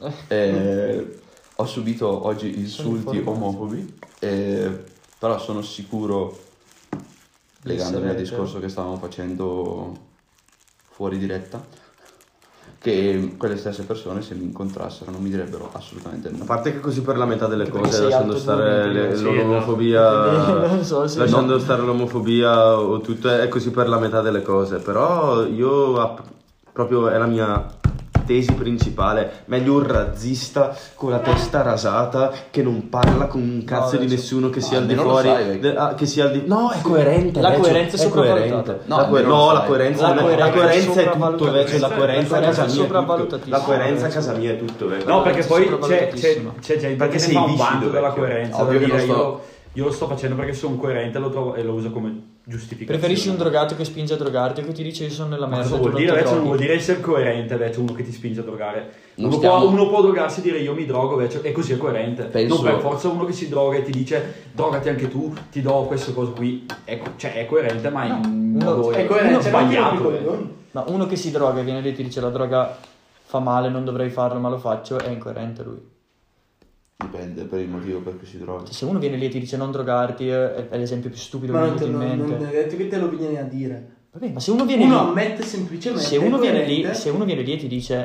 Speaker 1: Ho subito oggi insulti
Speaker 2: informati.
Speaker 1: omofobi, però sono sicuro, legandomi al discorso che stavamo facendo fuori diretta, che quelle stesse persone, se mi incontrassero, non mi direbbero assolutamente
Speaker 4: A
Speaker 1: nulla.
Speaker 4: parte che così per la metà delle
Speaker 2: Perché
Speaker 4: cose,
Speaker 2: sei
Speaker 4: lasciando
Speaker 2: alto
Speaker 4: stare
Speaker 2: 2 metri,
Speaker 3: sì,
Speaker 4: l'omofobia,
Speaker 2: Non so, sì.
Speaker 4: lasciando stare l'omofobia o tutto, è così per la metà delle cose. Però io proprio è la mia tesi principale: meglio un razzista con la testa rasata che non parla con un cazzo di nessuno, che sia al di
Speaker 1: almeno lo
Speaker 4: fuori
Speaker 1: sai,
Speaker 4: che sia al di no, è coerente.
Speaker 2: La
Speaker 4: Vecchio,
Speaker 2: coerenza è sopravvalutata.
Speaker 1: No,
Speaker 4: La
Speaker 1: almeno lo sai.
Speaker 4: coerenza
Speaker 2: La coerenza
Speaker 4: è tutto,
Speaker 2: sopravvalutatissima.
Speaker 4: vecchio, la coerenza a
Speaker 2: La
Speaker 4: casa
Speaker 2: coerenza
Speaker 4: mia è tutto.
Speaker 2: sopravvalutatissima.
Speaker 4: La coerenza a casa mia è tutto, vecchio.
Speaker 3: No, perché poi
Speaker 2: sopravvalutatissimo.
Speaker 3: c'è gente
Speaker 4: Perché
Speaker 3: che
Speaker 4: sei
Speaker 3: ne fa un
Speaker 4: viscido,
Speaker 3: vanto della
Speaker 4: vecchio.
Speaker 3: coerenza.
Speaker 1: Ovvio
Speaker 3: Da
Speaker 1: che
Speaker 3: dire,
Speaker 1: non sto-
Speaker 3: io lo sto facendo perché sono coerente e lo uso come giustificazione.
Speaker 2: Preferisci un drogato che spinge a drogarti o che ti dice io sono nella
Speaker 3: Ma
Speaker 2: merda
Speaker 3: cosa
Speaker 2: e tu
Speaker 3: vuol
Speaker 2: non
Speaker 3: dire?
Speaker 2: ti
Speaker 3: Invece non
Speaker 2: droghi?
Speaker 3: vuol dire essere coerente, invece uno che ti spinge a drogare.
Speaker 1: Non
Speaker 3: Uno,
Speaker 1: stiamo-
Speaker 3: uno può drogarsi e dire io mi drogo, invece, e così è coerente.
Speaker 1: Penso-
Speaker 3: Non per forza uno che si droga e ti dice drogati anche tu, ti do queste cose qui. È coerente, ma in modo
Speaker 5: È coerente,
Speaker 3: sbagliato.
Speaker 2: Ma uno che si droga e viene lì e ti dice la droga fa male, non dovrei farlo ma lo faccio, è incoerente lui.
Speaker 1: Dipende per il motivo per cui si droga.
Speaker 2: Cioè, se uno viene lì e ti dice non drogarti è l'esempio più stupido
Speaker 5: Ma
Speaker 2: che
Speaker 5: non
Speaker 2: mi
Speaker 5: te
Speaker 2: viene in
Speaker 5: non
Speaker 2: mente.
Speaker 5: hai detto che te lo vieni a dire.
Speaker 2: Vabbè, ma se uno viene
Speaker 5: Uno
Speaker 2: lì
Speaker 5: ammette semplicemente
Speaker 2: se uno
Speaker 5: è
Speaker 2: viene lì
Speaker 5: coerente.
Speaker 2: se uno viene lì e ti dice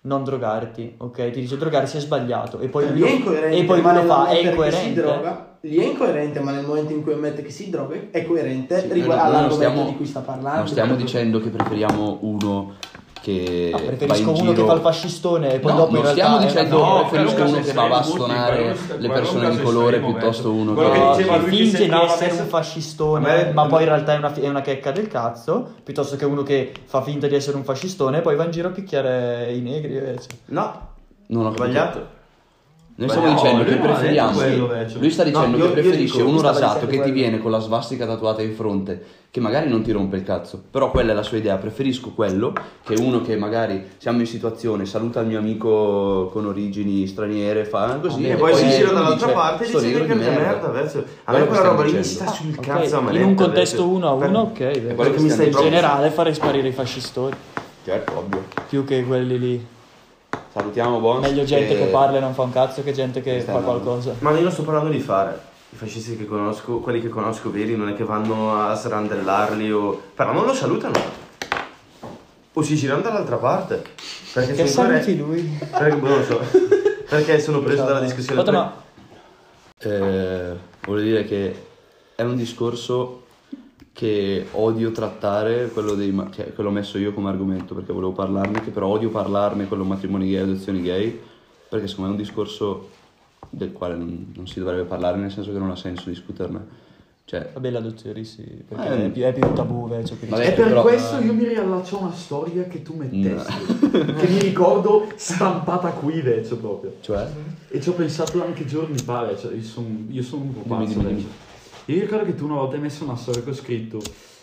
Speaker 2: non drogarti, ok? Ti dice drogarsi è sbagliato e poi
Speaker 5: Lì è incoerente,
Speaker 2: e poi
Speaker 5: ma
Speaker 2: lui lo fa, è
Speaker 5: nell'ammettere che si
Speaker 2: incoerente.
Speaker 5: droga, lì è incoerente, ma nel momento in cui ammette che si droga è coerente
Speaker 1: Sì,
Speaker 5: riguardo
Speaker 1: noi non
Speaker 5: all'argomento
Speaker 1: stiamo-
Speaker 5: di cui sta parlando.
Speaker 1: Non stiamo dicendo che preferiamo uno che va
Speaker 2: Preferisco
Speaker 1: in
Speaker 2: uno
Speaker 1: giro...
Speaker 2: che fa il fascistone e poi
Speaker 1: No,
Speaker 2: dopo in
Speaker 1: non
Speaker 2: realtà
Speaker 1: stiamo
Speaker 2: è
Speaker 1: dicendo
Speaker 2: una-
Speaker 3: No,
Speaker 1: preferisco
Speaker 3: quello è un
Speaker 1: uno
Speaker 3: caso
Speaker 1: che va a
Speaker 3: estremo,
Speaker 1: bastonare
Speaker 3: quello
Speaker 1: le
Speaker 3: è un
Speaker 1: persone
Speaker 3: caso
Speaker 1: di colore
Speaker 3: estremo,
Speaker 1: piuttosto uno
Speaker 3: quello che
Speaker 2: No,
Speaker 3: diceva
Speaker 2: che
Speaker 3: lui che
Speaker 2: finge di
Speaker 3: sembrava
Speaker 2: essere
Speaker 3: essere-
Speaker 2: un fascistone,
Speaker 3: A me-
Speaker 2: ma poi in realtà è una checca del cazzo, piuttosto che uno che fa finta di essere un fascistone e poi va in giro a picchiare i negri invece.
Speaker 4: No,
Speaker 1: Non ho capito.
Speaker 4: sbagliato.
Speaker 1: Noi stiamo
Speaker 4: No,
Speaker 1: dicendo
Speaker 4: lui
Speaker 1: che
Speaker 4: non ha
Speaker 1: preferiamo.
Speaker 3: detto quello, invece.
Speaker 1: Lui sta dicendo
Speaker 4: No,
Speaker 1: che
Speaker 4: io
Speaker 1: preferisce
Speaker 4: dico,
Speaker 1: uno
Speaker 5: stava
Speaker 1: rasato
Speaker 5: dicendo
Speaker 1: che ti
Speaker 5: quello.
Speaker 1: viene con la svastica tatuata in fronte, che magari non ti rompe il cazzo. Però quella è la sua idea. Preferisco quello che uno che magari siamo in situazione, saluta il mio amico con origini straniere, fa così.
Speaker 4: E poi si gira
Speaker 1: lui
Speaker 4: dall'altra parte e
Speaker 1: "Sto
Speaker 4: dice
Speaker 1: negro
Speaker 4: che
Speaker 1: di
Speaker 4: merda. Verso. A
Speaker 1: Quello
Speaker 4: me
Speaker 1: che
Speaker 4: quella
Speaker 1: stiamo
Speaker 4: roba lì mi
Speaker 1: dicendo.
Speaker 4: sta sul
Speaker 2: Ok,
Speaker 4: cazzo a
Speaker 2: in
Speaker 4: manetta.
Speaker 2: un contesto
Speaker 4: verso.
Speaker 2: 1 a 1,
Speaker 4: Per-
Speaker 2: ok,
Speaker 1: quello che
Speaker 4: mi stai
Speaker 2: in
Speaker 4: proprio-
Speaker 2: generale farei sparire i fascistori
Speaker 1: Certo, ovvio.
Speaker 2: più che quelli lì.
Speaker 1: Salutiamo Bones.
Speaker 2: Meglio gente che parla e non fa un cazzo che gente che
Speaker 1: Stai
Speaker 2: fa
Speaker 1: andando.
Speaker 2: qualcosa.
Speaker 4: Ma io non sto parlando di fare. I fascisti che conosco, quelli che conosco veri, non è che vanno a srandellarli o... Però non lo salutano. O si girano dall'altra parte. Perché
Speaker 2: Che
Speaker 4: sono
Speaker 2: saluti
Speaker 4: incoerenti.
Speaker 2: lui?
Speaker 4: Perché, non lo so. Perché sono preso dalla discussione.
Speaker 2: Aspetta, ma
Speaker 1: Voglio dire che è un discorso che odio trattare, quello che l'ho messo io come argomento perché volevo parlarne, che però odio parlarne, quello matrimoni gay, adozioni gay, perché secondo me è un discorso del quale non si dovrebbe parlare, nel senso che non ha senso discuterne. Cioè,
Speaker 2: vabbè, l'adozione sì, perché è più un tabù invece. quindi-
Speaker 1: Vabbè,
Speaker 3: E per
Speaker 1: però-
Speaker 3: questo io mi riallaccio a una storia che tu mettesti, che mi ricordo stampata qui invece proprio.
Speaker 1: cioè?
Speaker 3: E ci ho pensato anche giorni fa, cioè io sono un po'
Speaker 1: Dimmi,
Speaker 3: pazzo.
Speaker 1: dimmi,
Speaker 3: invece. Io ricordo che tu una volta hai messo una storia che ho scritto.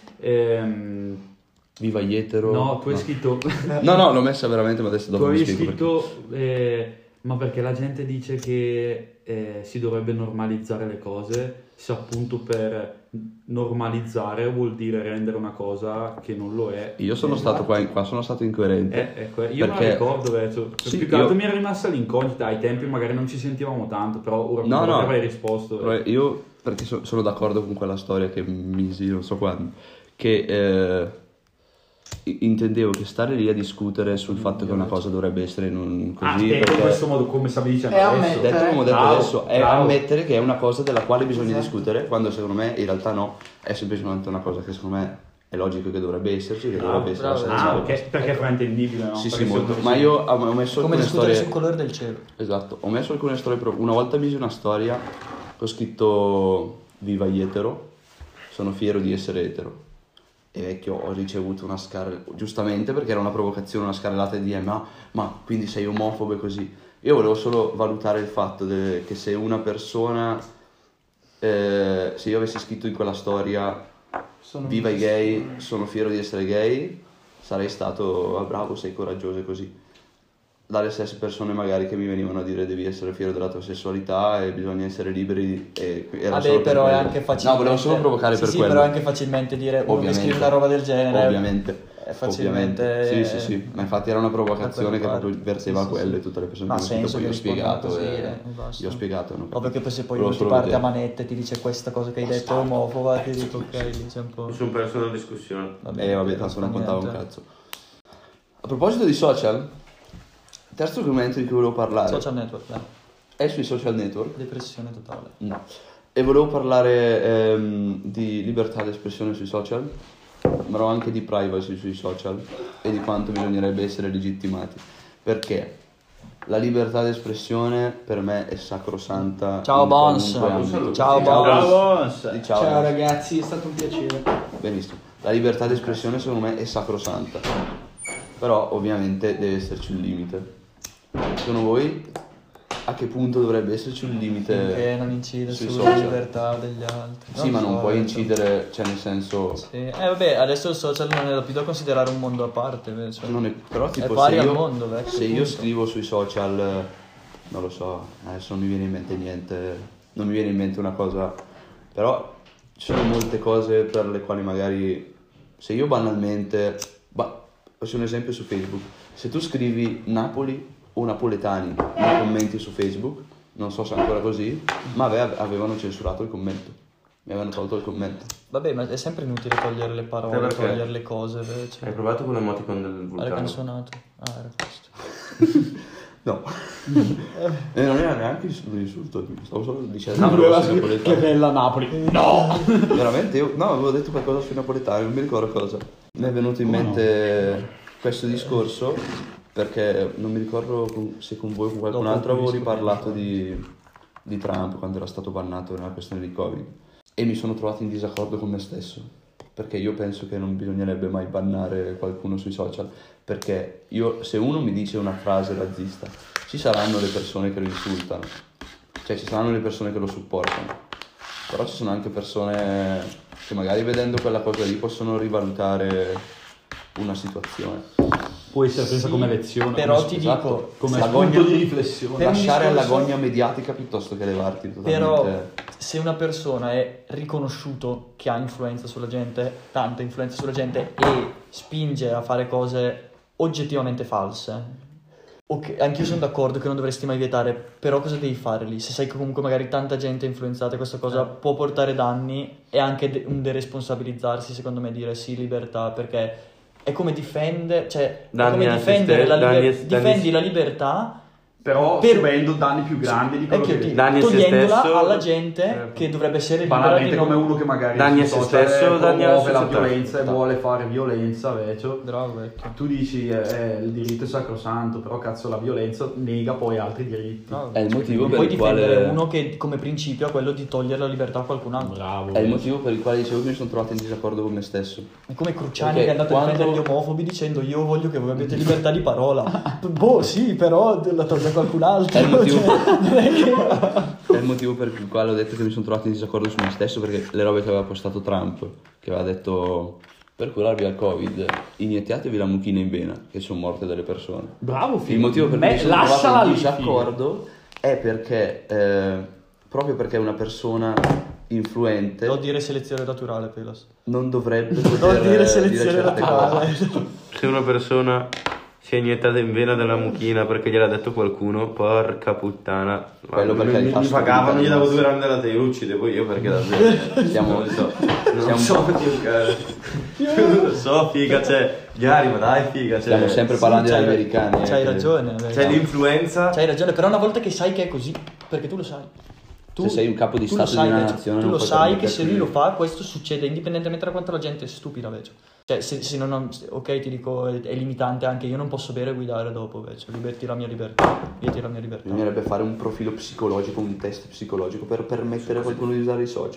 Speaker 1: Viva gli etero.
Speaker 3: No, tu hai scritto.
Speaker 1: No, l'ho messa veramente, ma adesso
Speaker 3: Tu
Speaker 1: dopo vi
Speaker 3: avevi
Speaker 1: spiego perché.
Speaker 3: scritto. Ma perché la gente dice che si dovrebbe normalizzare le cose, se appunto per normalizzare vuol dire rendere una cosa che non lo è.
Speaker 1: Io sono stato qua sono stato incoerente.
Speaker 3: Ecco, io me
Speaker 1: Perché-
Speaker 3: la ricordo, cioè,
Speaker 1: Sì,
Speaker 3: più che altro
Speaker 1: io-
Speaker 3: mi era rimasta l'incognita, ai tempi magari non ci sentivamo tanto, però ora
Speaker 1: No,
Speaker 3: che
Speaker 1: no.
Speaker 3: avrei risposto.
Speaker 1: Io perché sono d'accordo con quella storia che misi non so quando, che intendevo che stare lì a discutere sul fatto che una cosa dovrebbe essere non così,
Speaker 3: detto in
Speaker 1: perché
Speaker 3: questo modo, come stavi dicendo
Speaker 5: È
Speaker 3: adesso.
Speaker 5: ammettere.
Speaker 1: detto come ho detto
Speaker 3: Bravo,
Speaker 1: adesso, è
Speaker 3: bravo.
Speaker 1: ammettere che è una cosa della quale bisogna
Speaker 5: Esatto.
Speaker 1: discutere, quando secondo me in realtà no, è semplicemente una cosa che secondo me è logico che dovrebbe esserci, che dovrebbe essere
Speaker 2: bravo.
Speaker 1: essenziale.
Speaker 3: Ok, perché è fraintendibile, no?
Speaker 1: Sì,
Speaker 3: Perché
Speaker 1: sì, molto.
Speaker 3: secondo
Speaker 1: Ma
Speaker 3: me-
Speaker 1: io ho messo
Speaker 2: Come
Speaker 1: alcune
Speaker 2: discutere
Speaker 1: storie.
Speaker 2: sul colore del cielo.
Speaker 1: Esatto, ho messo alcune storie una volta misi una storia, ho scritto viva gli etero, sono fiero di essere etero. E vecchio, ho ricevuto una giustamente perché era una provocazione, una scarrellata di ma quindi sei omofobo e così. Io volevo solo valutare il fatto che se una persona, se io avessi scritto in quella storia viva i gay, sono fiero di essere gay, sarei stato bravo, sei coraggioso e così. Dalle stesse persone magari che mi venivano a dire devi essere fiero della tua sessualità e bisogna essere liberi e era solo
Speaker 2: Vabbè,
Speaker 1: per
Speaker 2: però è
Speaker 1: quello.
Speaker 2: anche facilmente.
Speaker 1: No, volevo solo provocare
Speaker 2: sì,
Speaker 1: per
Speaker 2: sì,
Speaker 1: quello.
Speaker 2: però è anche facilmente dire uno che
Speaker 1: Ovviamente.
Speaker 2: scrive una roba del genere.
Speaker 1: Ovviamente.
Speaker 2: È facilmente.
Speaker 1: Sì, ma infatti era una provocazione che proprio verteva a
Speaker 2: Sì,
Speaker 1: quello
Speaker 2: sì.
Speaker 1: e tutte le persone
Speaker 2: Ma ha
Speaker 1: che ho
Speaker 2: senso
Speaker 1: poi
Speaker 2: che
Speaker 1: ho spiegato
Speaker 2: rispondono così,
Speaker 1: e
Speaker 2: basta.
Speaker 1: gli ho spiegato.
Speaker 2: Ovvio che poi se poi
Speaker 1: Volevo
Speaker 2: lui ti
Speaker 1: solo
Speaker 2: parte a
Speaker 1: vedere.
Speaker 2: manette e ti dice questa cosa che hai detto è omofoba, ti dico ok, lì c'è un po'.
Speaker 4: Sono perso una discussione.
Speaker 1: Vabbè, tanto non contava un
Speaker 2: niente.
Speaker 1: cazzo. A proposito di social, terzo argomento di cui volevo parlare
Speaker 2: Social network, dai.
Speaker 1: è sui social network.
Speaker 2: Depressione totale.
Speaker 1: No. E volevo parlare di libertà d'espressione sui social, ma anche di privacy sui social e di quanto bisognerebbe essere legittimati. Perché la libertà d'espressione per me è sacrosanta.
Speaker 2: Ciao
Speaker 1: in
Speaker 2: Bones.
Speaker 1: qualunque ambito.
Speaker 2: Ciao
Speaker 3: Bones.
Speaker 1: Di
Speaker 5: Ciao,
Speaker 1: Bones.
Speaker 5: ragazzi, è stato un piacere.
Speaker 1: Benissimo. La libertà d'espressione secondo me è sacrosanta. Però ovviamente deve esserci un limite. Secondo voi a che punto dovrebbe esserci un limite?
Speaker 2: Che non incide
Speaker 1: sui
Speaker 2: sulla
Speaker 1: social?
Speaker 2: libertà degli altri.
Speaker 1: Sì, ma non
Speaker 2: so,
Speaker 1: puoi
Speaker 2: adesso.
Speaker 1: incidere, cioè nel senso...
Speaker 2: Sì. Vabbè, adesso il social non è più da considerare un mondo a parte, cioè.
Speaker 1: Non è, però tipo
Speaker 2: pari
Speaker 1: se
Speaker 2: al
Speaker 1: io,
Speaker 2: mondo, vecchio,
Speaker 1: se io
Speaker 2: punto.
Speaker 1: scrivo sui social, non lo so, adesso non mi viene in mente niente, non mi viene in mente una cosa, però ci sono molte cose per le quali magari, se io banalmente, faccio un esempio su Facebook, se tu scrivi Napoli o napoletani nei commenti su Facebook, non so se è ancora così, ma avevano censurato il commento, mi avevano tolto il commento.
Speaker 2: Vabbè, ma è sempre inutile togliere le parole,
Speaker 4: Perché?
Speaker 2: togliere le cose,
Speaker 4: Hai
Speaker 2: cioè.
Speaker 4: provato con l'emoticon del
Speaker 2: Alle
Speaker 4: vulcano?
Speaker 2: canzonate. Ah, era questo.
Speaker 1: No. E non era neanche un insulto, stavo solo dicendo
Speaker 6: Che bella Napoli. No!
Speaker 1: veramente io avevo detto qualcosa sui napoletani, non mi ricordo cosa. Mi è venuto in mente questo discorso perché non mi ricordo se con voi o con qualcun altro avevo riparlato di Trump quando era stato bannato nella questione di Covid e mi sono trovato in disaccordo con me stesso perché io penso che non bisognerebbe mai bannare qualcuno sui social, perché se uno mi dice una frase razzista ci saranno le persone che lo insultano, cioè ci saranno le persone che lo supportano, però ci sono anche persone che magari vedendo quella cosa lì possono rivalutare una situazione.
Speaker 6: Può essere presa come lezione.
Speaker 2: Però ti
Speaker 1: Esatto.
Speaker 2: dico,
Speaker 6: come
Speaker 1: l'agonia-
Speaker 6: spunto di riflessione.
Speaker 2: Per un
Speaker 1: lasciare
Speaker 2: discorso-
Speaker 1: all'agonia mediatica piuttosto che levarti totalmente.
Speaker 2: però se una persona è riconosciuto che ha influenza sulla gente, tanta influenza sulla gente, e spinge a fare cose oggettivamente false, ok, anch'io sono d'accordo che non dovresti mai vietare, però cosa devi fare lì? Se sai che comunque magari tanta gente è influenzata, questa cosa può portare danni, e anche un deresponsabilizzarsi, secondo me, dire sì, libertà, perché è come difendere, cioè è
Speaker 4: Danni
Speaker 2: come
Speaker 4: a se
Speaker 2: difendere
Speaker 4: stesso, danni-
Speaker 2: difendi la libertà,
Speaker 3: Però
Speaker 2: Per-
Speaker 3: subendo danni più grandi di quello che...
Speaker 4: Danni a se
Speaker 2: togliendola
Speaker 4: stesso,
Speaker 2: alla gente
Speaker 3: certo.
Speaker 2: che dovrebbe essere libera di
Speaker 3: Banalmente
Speaker 2: non...
Speaker 3: come uno che magari
Speaker 4: Danni a
Speaker 3: sui
Speaker 4: se
Speaker 3: social
Speaker 4: stesso, danni alla
Speaker 3: promuove la
Speaker 4: società.
Speaker 3: violenza e vuole fare violenza, vecchio.
Speaker 2: Bravo, vecchio.
Speaker 3: Tu dici il diritto è sacrosanto, però cazzo la violenza nega poi altri diritti.
Speaker 2: Bravo.
Speaker 1: È il motivo per
Speaker 2: Puoi
Speaker 1: il quale
Speaker 2: difendere uno che come principio ha quello di togliere la libertà a qualcun altro.
Speaker 6: Bravo.
Speaker 1: è il motivo per il quale dicevo che mi sono trovato in disaccordo con me stesso.
Speaker 2: È come Cruciani
Speaker 1: Perché
Speaker 2: che è andato a
Speaker 1: quando-
Speaker 2: difendere gli omofobi dicendo io voglio che voi abbiate libertà di parola. Boh, sì, però la toglie a qualcun altro.
Speaker 1: È il motivo-
Speaker 2: Cioè, non è che...
Speaker 1: È il motivo per il quale ho detto che mi sono trovato in disaccordo su me stesso, perché le robe che aveva postato Trump, che aveva detto per curarvi al Covid iniettatevi la mucchina in vena, che sono morte delle persone.
Speaker 6: Bravo, figlio.
Speaker 1: Il motivo per cui mi sono
Speaker 6: lasciala
Speaker 1: trovato in
Speaker 6: lì, figlio.
Speaker 1: disaccordo è perché proprio perché una persona influente
Speaker 2: Non dire selezione naturale, Pelas.
Speaker 1: non dovrebbe
Speaker 2: Non
Speaker 1: poter
Speaker 2: dire selezione
Speaker 1: certe
Speaker 2: naturale.
Speaker 1: cose.
Speaker 4: Se una persona si è iniettata in vena della mucchina perché gliel'ha detto qualcuno, porca puttana.
Speaker 1: Quello perché
Speaker 4: mi,
Speaker 1: gli fa
Speaker 4: mi pagavano, gli davo
Speaker 1: stupidità.
Speaker 4: 2 rande alla te, lo uccido, poi io perché davvero
Speaker 1: Siamo-
Speaker 4: non lo so,
Speaker 1: siamo-
Speaker 4: non so giocare. Non lo so, figa, cioè, Gary, ma dai, figa, cioè,
Speaker 1: Stiamo sempre parlando
Speaker 2: Sì,
Speaker 1: degli
Speaker 2: c'hai-
Speaker 1: americani.
Speaker 2: C'hai
Speaker 1: che-
Speaker 2: ragione.
Speaker 4: c'è l'influenza.
Speaker 2: C'hai ragione, però una volta che sai che è così, perché tu lo sai.
Speaker 1: Se sei un capo di
Speaker 2: tu lo
Speaker 1: stato di una
Speaker 2: invece,
Speaker 1: nazione,
Speaker 2: tu
Speaker 1: non
Speaker 2: lo
Speaker 1: puoi
Speaker 2: sai che
Speaker 1: permetterti
Speaker 2: se lui
Speaker 1: di-
Speaker 2: lo fa, questo succede indipendentemente da quanto la gente è stupida, invece. Cioè, se non, ok, ti dico, è limitante anche, io non posso bere e guidare dopo, invece. Vieti la mia libertà. Vieti la mia libertà.
Speaker 1: Bisognerebbe fare un profilo psicologico, un test psicologico per permettere a qualcuno di usare i social.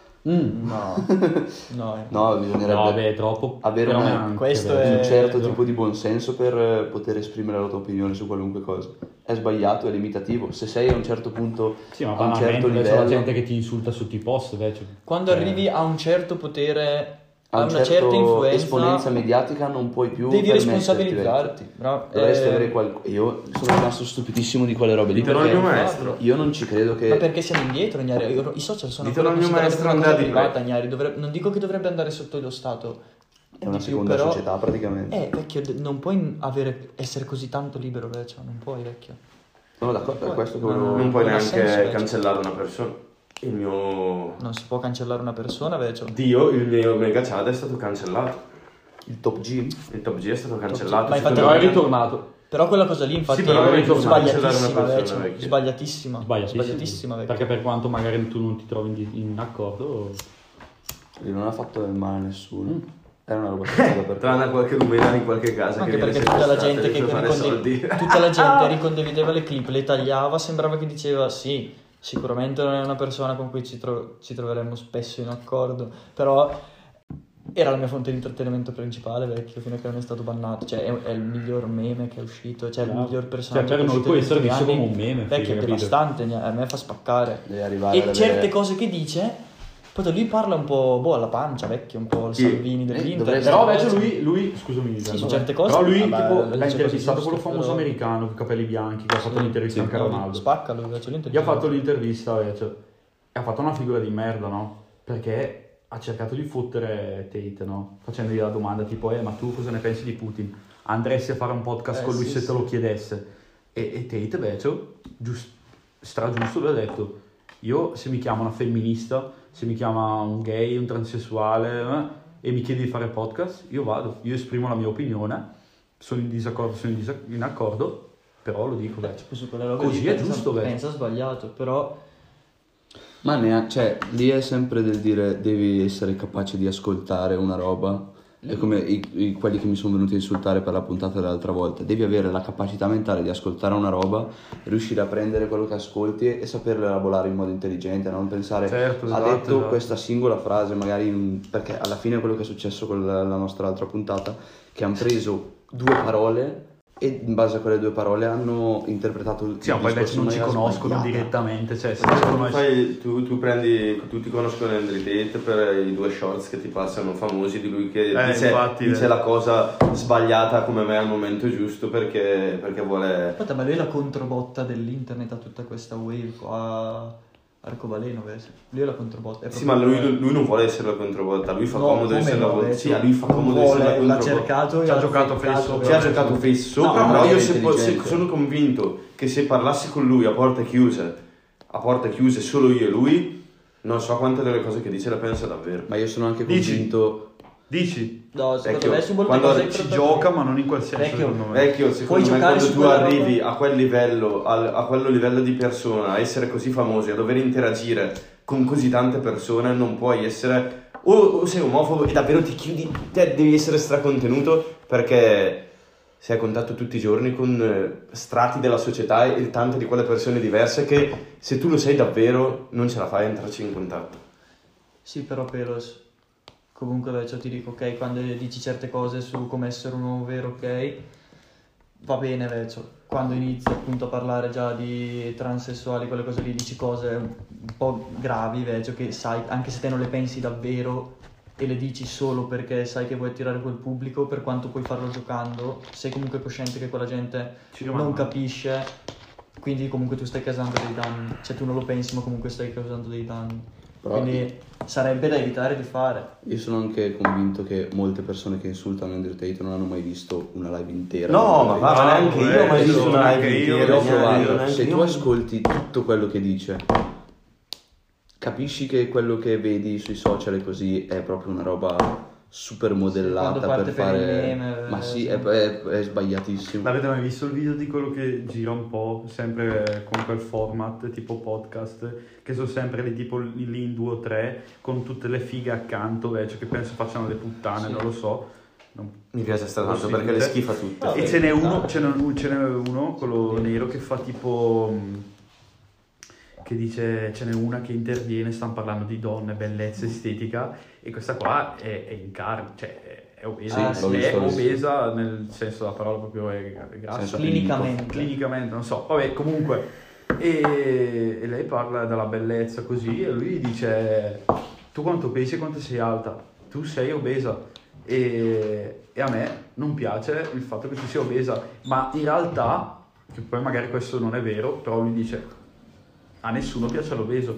Speaker 2: No, no.
Speaker 1: No, bisognerebbe
Speaker 6: No, beh, è troppo.
Speaker 1: avere
Speaker 6: Però
Speaker 1: una-
Speaker 6: neanche,
Speaker 2: questo
Speaker 6: vero.
Speaker 2: è-
Speaker 1: un certo tipo di buonsenso per poter esprimere la tua opinione su qualunque cosa. È sbagliato, è limitativo. Se sei a un certo punto,
Speaker 6: Sì, ma
Speaker 1: a un
Speaker 6: banalmente
Speaker 1: certo
Speaker 6: invece la
Speaker 1: livello,
Speaker 6: gente che ti insulta su tutti i post, invece.
Speaker 2: Quando
Speaker 6: Cioè,
Speaker 2: arrivi a un certo potere,
Speaker 1: a
Speaker 2: a
Speaker 1: un
Speaker 2: una
Speaker 1: certo
Speaker 2: certa influenza,
Speaker 1: esponenza mediatica non puoi più
Speaker 2: devi
Speaker 1: permetterti,
Speaker 2: responsabilizzarti.
Speaker 1: vecchio.
Speaker 2: Bravo.
Speaker 1: Dovresti avere io sono rimasto stupidissimo di quelle robe lì,
Speaker 4: Ditelo al
Speaker 1: perché
Speaker 4: mio maestro.
Speaker 1: io non ci credo che
Speaker 2: Ma perché siamo indietro, Gnari? I social sono
Speaker 4: Ditelo al mio
Speaker 2: considerati
Speaker 4: maestro
Speaker 2: una cosa
Speaker 4: Andrea Di
Speaker 2: privata,
Speaker 4: Re.
Speaker 2: Gnari. Non dico che dovrebbe andare sotto lo Stato.
Speaker 1: è una
Speaker 2: di più,
Speaker 1: seconda
Speaker 2: però-
Speaker 1: società praticamente.
Speaker 2: Vecchio, non puoi essere così tanto libero, vecchio. Non puoi, vecchio.
Speaker 1: Sono d'accordo, è questo che
Speaker 2: No,
Speaker 1: volevo...
Speaker 4: Non puoi
Speaker 2: non ha
Speaker 4: neanche
Speaker 2: senso,
Speaker 4: cancellare una persona. Il mio
Speaker 2: Non si può cancellare una persona, vecchio.
Speaker 4: Dio, il mio mega chat è stato cancellato.
Speaker 1: Il top G?
Speaker 4: Il top G è stato cancellato.
Speaker 2: Ma infatti-
Speaker 6: Però è ritornato.
Speaker 2: Però quella cosa lì, infatti,
Speaker 4: Sì, però
Speaker 2: è
Speaker 4: devi cancellare una
Speaker 2: sbagliatissima,
Speaker 4: persona,
Speaker 2: vecchio.
Speaker 4: vecchio.
Speaker 2: Sbagliatissima.
Speaker 6: Sbagliatissimo.
Speaker 2: vecchio.
Speaker 6: Perché per quanto magari tu non ti trovi in accordo,
Speaker 1: Lui non ha fatto del male a nessuno. Era una roba senza per
Speaker 4: Tranne a qualche rumena in qualche casa
Speaker 2: Anche
Speaker 4: che viene
Speaker 2: perché tutta la
Speaker 4: sequestrata
Speaker 2: gente
Speaker 4: e
Speaker 2: che
Speaker 4: riesce a fare soldi.
Speaker 2: tutta la gente ricondivideva le clip, le tagliava, sembrava che diceva sì, sicuramente non è una persona con cui ci troveremmo spesso in accordo, però era la mia fonte di intrattenimento principale, vecchio, fino a che non è stato bannato. Cioè è il miglior meme che è uscito, cioè il miglior personaggio
Speaker 6: Cioè, per
Speaker 2: che è
Speaker 6: noi
Speaker 2: uscito
Speaker 6: può
Speaker 2: negli
Speaker 6: essere
Speaker 2: ultimi
Speaker 6: visto
Speaker 2: anni.
Speaker 6: come un meme,
Speaker 2: Vecchio,
Speaker 6: figa,
Speaker 2: è
Speaker 6: capito?
Speaker 2: devastante, a me fa spaccare.
Speaker 1: Devi arrivare
Speaker 2: E
Speaker 1: ad
Speaker 2: certe
Speaker 1: avere...
Speaker 2: cose che dice, poi lui parla un po' alla pancia, vecchio, un po' il
Speaker 4: Sì.
Speaker 2: Salvini dell'Inter.
Speaker 1: dovresti-
Speaker 6: però invece lui scusami,
Speaker 2: Sì,
Speaker 6: no.
Speaker 2: su certe cose.
Speaker 6: Però lui
Speaker 2: vabbè,
Speaker 6: tipo
Speaker 2: lo
Speaker 6: l'ha
Speaker 2: dice
Speaker 6: intervistato
Speaker 2: così
Speaker 6: quello
Speaker 2: giusto,
Speaker 6: famoso
Speaker 2: però-
Speaker 6: americano con i capelli bianchi che ha fatto l'intervista anche a Ronaldo.
Speaker 2: Spacca lui, invece
Speaker 6: Gli ha fatto l'intervista invece e ha fatto una figura di merda, no? Perché ha cercato di fottere Tate, no? Facendogli la domanda tipo ma tu cosa ne pensi di Putin? Andresti a fare un podcast con lui
Speaker 2: sì,
Speaker 6: se te lo chiedesse? E Tate invece, stragiusto, lui ha detto io se mi chiama una femminista, se mi chiama un gay, un transessuale e mi chiede di fare podcast, io vado, io esprimo la mia opinione, sono in disaccordo, sono in accordo Però lo dico,
Speaker 2: Su quelle robe
Speaker 6: così
Speaker 2: lì
Speaker 6: è giusto,
Speaker 2: pensa sbagliato, però
Speaker 1: Ma cioè, lì è sempre del dire devi essere capace di ascoltare una roba. È come quelli che mi sono venuti a insultare per la puntata dell'altra volta. Devi avere la capacità mentale di ascoltare una roba, riuscire a prendere quello che ascolti e saperlo elaborare in modo intelligente, non pensare
Speaker 6: Certo,
Speaker 1: ha
Speaker 6: esatto,
Speaker 1: detto
Speaker 6: esatto.
Speaker 1: questa singola frase, magari perché alla fine è quello che è successo con la nostra altra puntata, che hanno preso 2 parole e in base a quelle 2 parole hanno interpretato il
Speaker 6: Sì, ma poi invece non ci conoscono
Speaker 1: sbagliata.
Speaker 6: direttamente, cioè se ci conosci...
Speaker 4: Tu prendi, tutti conoscono Andrew Tate per i 2 shorts che ti passano famosi di lui che dice la cosa sbagliata come me al momento giusto perché vuole...
Speaker 2: aspetta, ma lui è la controbotta dell'internet a tutta questa wave qua, arcobaleno invece. Lui è la controbotta.
Speaker 4: Sì, ma lui non vuole essere la controbotta, lui fa
Speaker 2: No,
Speaker 4: comodo
Speaker 2: come
Speaker 4: essere la
Speaker 2: no,
Speaker 4: volta. Sì, a lui fa
Speaker 2: non
Speaker 4: comodo
Speaker 2: vuole,
Speaker 4: essere la
Speaker 2: l'ha
Speaker 4: controbotta.
Speaker 2: cercato e
Speaker 6: Ci ha
Speaker 2: ha
Speaker 6: giocato
Speaker 2: beccato,
Speaker 6: face
Speaker 4: Ci ha giocato face sopra,
Speaker 1: No,
Speaker 4: però
Speaker 1: è
Speaker 4: io
Speaker 1: intelligente.
Speaker 4: sono convinto che se parlassi con lui a porte chiuse solo io e lui, non so quante delle cose che dice la pensa davvero.
Speaker 1: Ma io sono anche
Speaker 6: Dici?
Speaker 1: convinto.
Speaker 6: Dici?
Speaker 2: No, secondo
Speaker 4: Vecchio,
Speaker 2: me su molte
Speaker 4: quando
Speaker 2: cose
Speaker 6: Ci gioca, ma non in quel senso,
Speaker 2: Vecchio.
Speaker 6: secondo me.
Speaker 4: Vecchio,
Speaker 2: Puoi
Speaker 4: secondo me
Speaker 2: giocare
Speaker 4: quando
Speaker 2: su
Speaker 4: tu
Speaker 2: quella
Speaker 4: arrivi
Speaker 2: roba?
Speaker 4: a quel livello, a quello livello di persona, a essere così famosi, a dover interagire con così tante persone, non puoi essere o sei omofobo e davvero ti chiudi, te devi essere stracontenuto perché sei a contatto tutti i giorni con strati della società e tante di quelle persone diverse che se tu lo sei davvero non ce la fai a entrarci in contatto.
Speaker 2: Sì, però Pelos, comunque invece ti dico, ok, quando dici certe cose su come essere un uomo vero, ok, va bene invece. Quando inizi appunto a parlare già di transessuali, quelle cose lì, dici cose un po' gravi invece, che sai, anche se te non le pensi davvero e le dici solo perché sai che vuoi attirare quel pubblico, per quanto puoi farlo giocando, sei comunque cosciente che quella gente
Speaker 6: Ci rimane.
Speaker 2: non capisce, quindi comunque tu stai causando dei danni. Cioè tu non lo pensi, ma comunque stai causando dei danni.
Speaker 1: Però
Speaker 2: Quindi sarebbe da evitare di fare.
Speaker 1: io sono anche convinto che molte persone che insultano Andrew Tate non hanno mai visto una live intera.
Speaker 4: No, ma va, neanche io ho mai visto una
Speaker 6: neanche
Speaker 4: live
Speaker 6: io,
Speaker 4: intera.
Speaker 1: L'ho provato.
Speaker 4: neanche
Speaker 1: Se
Speaker 4: io.
Speaker 1: tu ascolti tutto quello che dice, capisci che quello che vedi sui social e così è proprio una roba super modellata
Speaker 2: quando parte
Speaker 1: per
Speaker 2: per
Speaker 1: fare...
Speaker 2: il meme,
Speaker 1: ma sì,
Speaker 2: sì.
Speaker 1: è sbagliatissimo.
Speaker 6: L'avete mai visto il video di quello che gira un po', sempre con quel format tipo podcast, che sono sempre lì tipo lì in 2 o 3, con tutte le fighe accanto, cioè che penso facciano le puttane, non lo so.
Speaker 4: Mi piace tanto
Speaker 6: Possibile.
Speaker 4: perché le schifa tutte.
Speaker 6: E ce n'è uno, quello nero, che fa tipo... che dice, ce n'è una che interviene, stanno parlando di donne, bellezza, estetica, e questa qua è in carne, cioè è obesa,
Speaker 1: Sì, l'ho
Speaker 6: è
Speaker 1: visto.
Speaker 6: obesa nel senso della parola, proprio è grassa.
Speaker 1: Senso
Speaker 2: Clinicamente.
Speaker 6: Non so, vabbè, comunque, e lei parla della bellezza così, e lui gli dice, tu quanto pesi e quanto sei alta? Tu sei obesa, e a me non piace il fatto che tu sia obesa, ma in realtà, che poi magari questo non è vero, però lui dice, a nessuno piace l'obeso,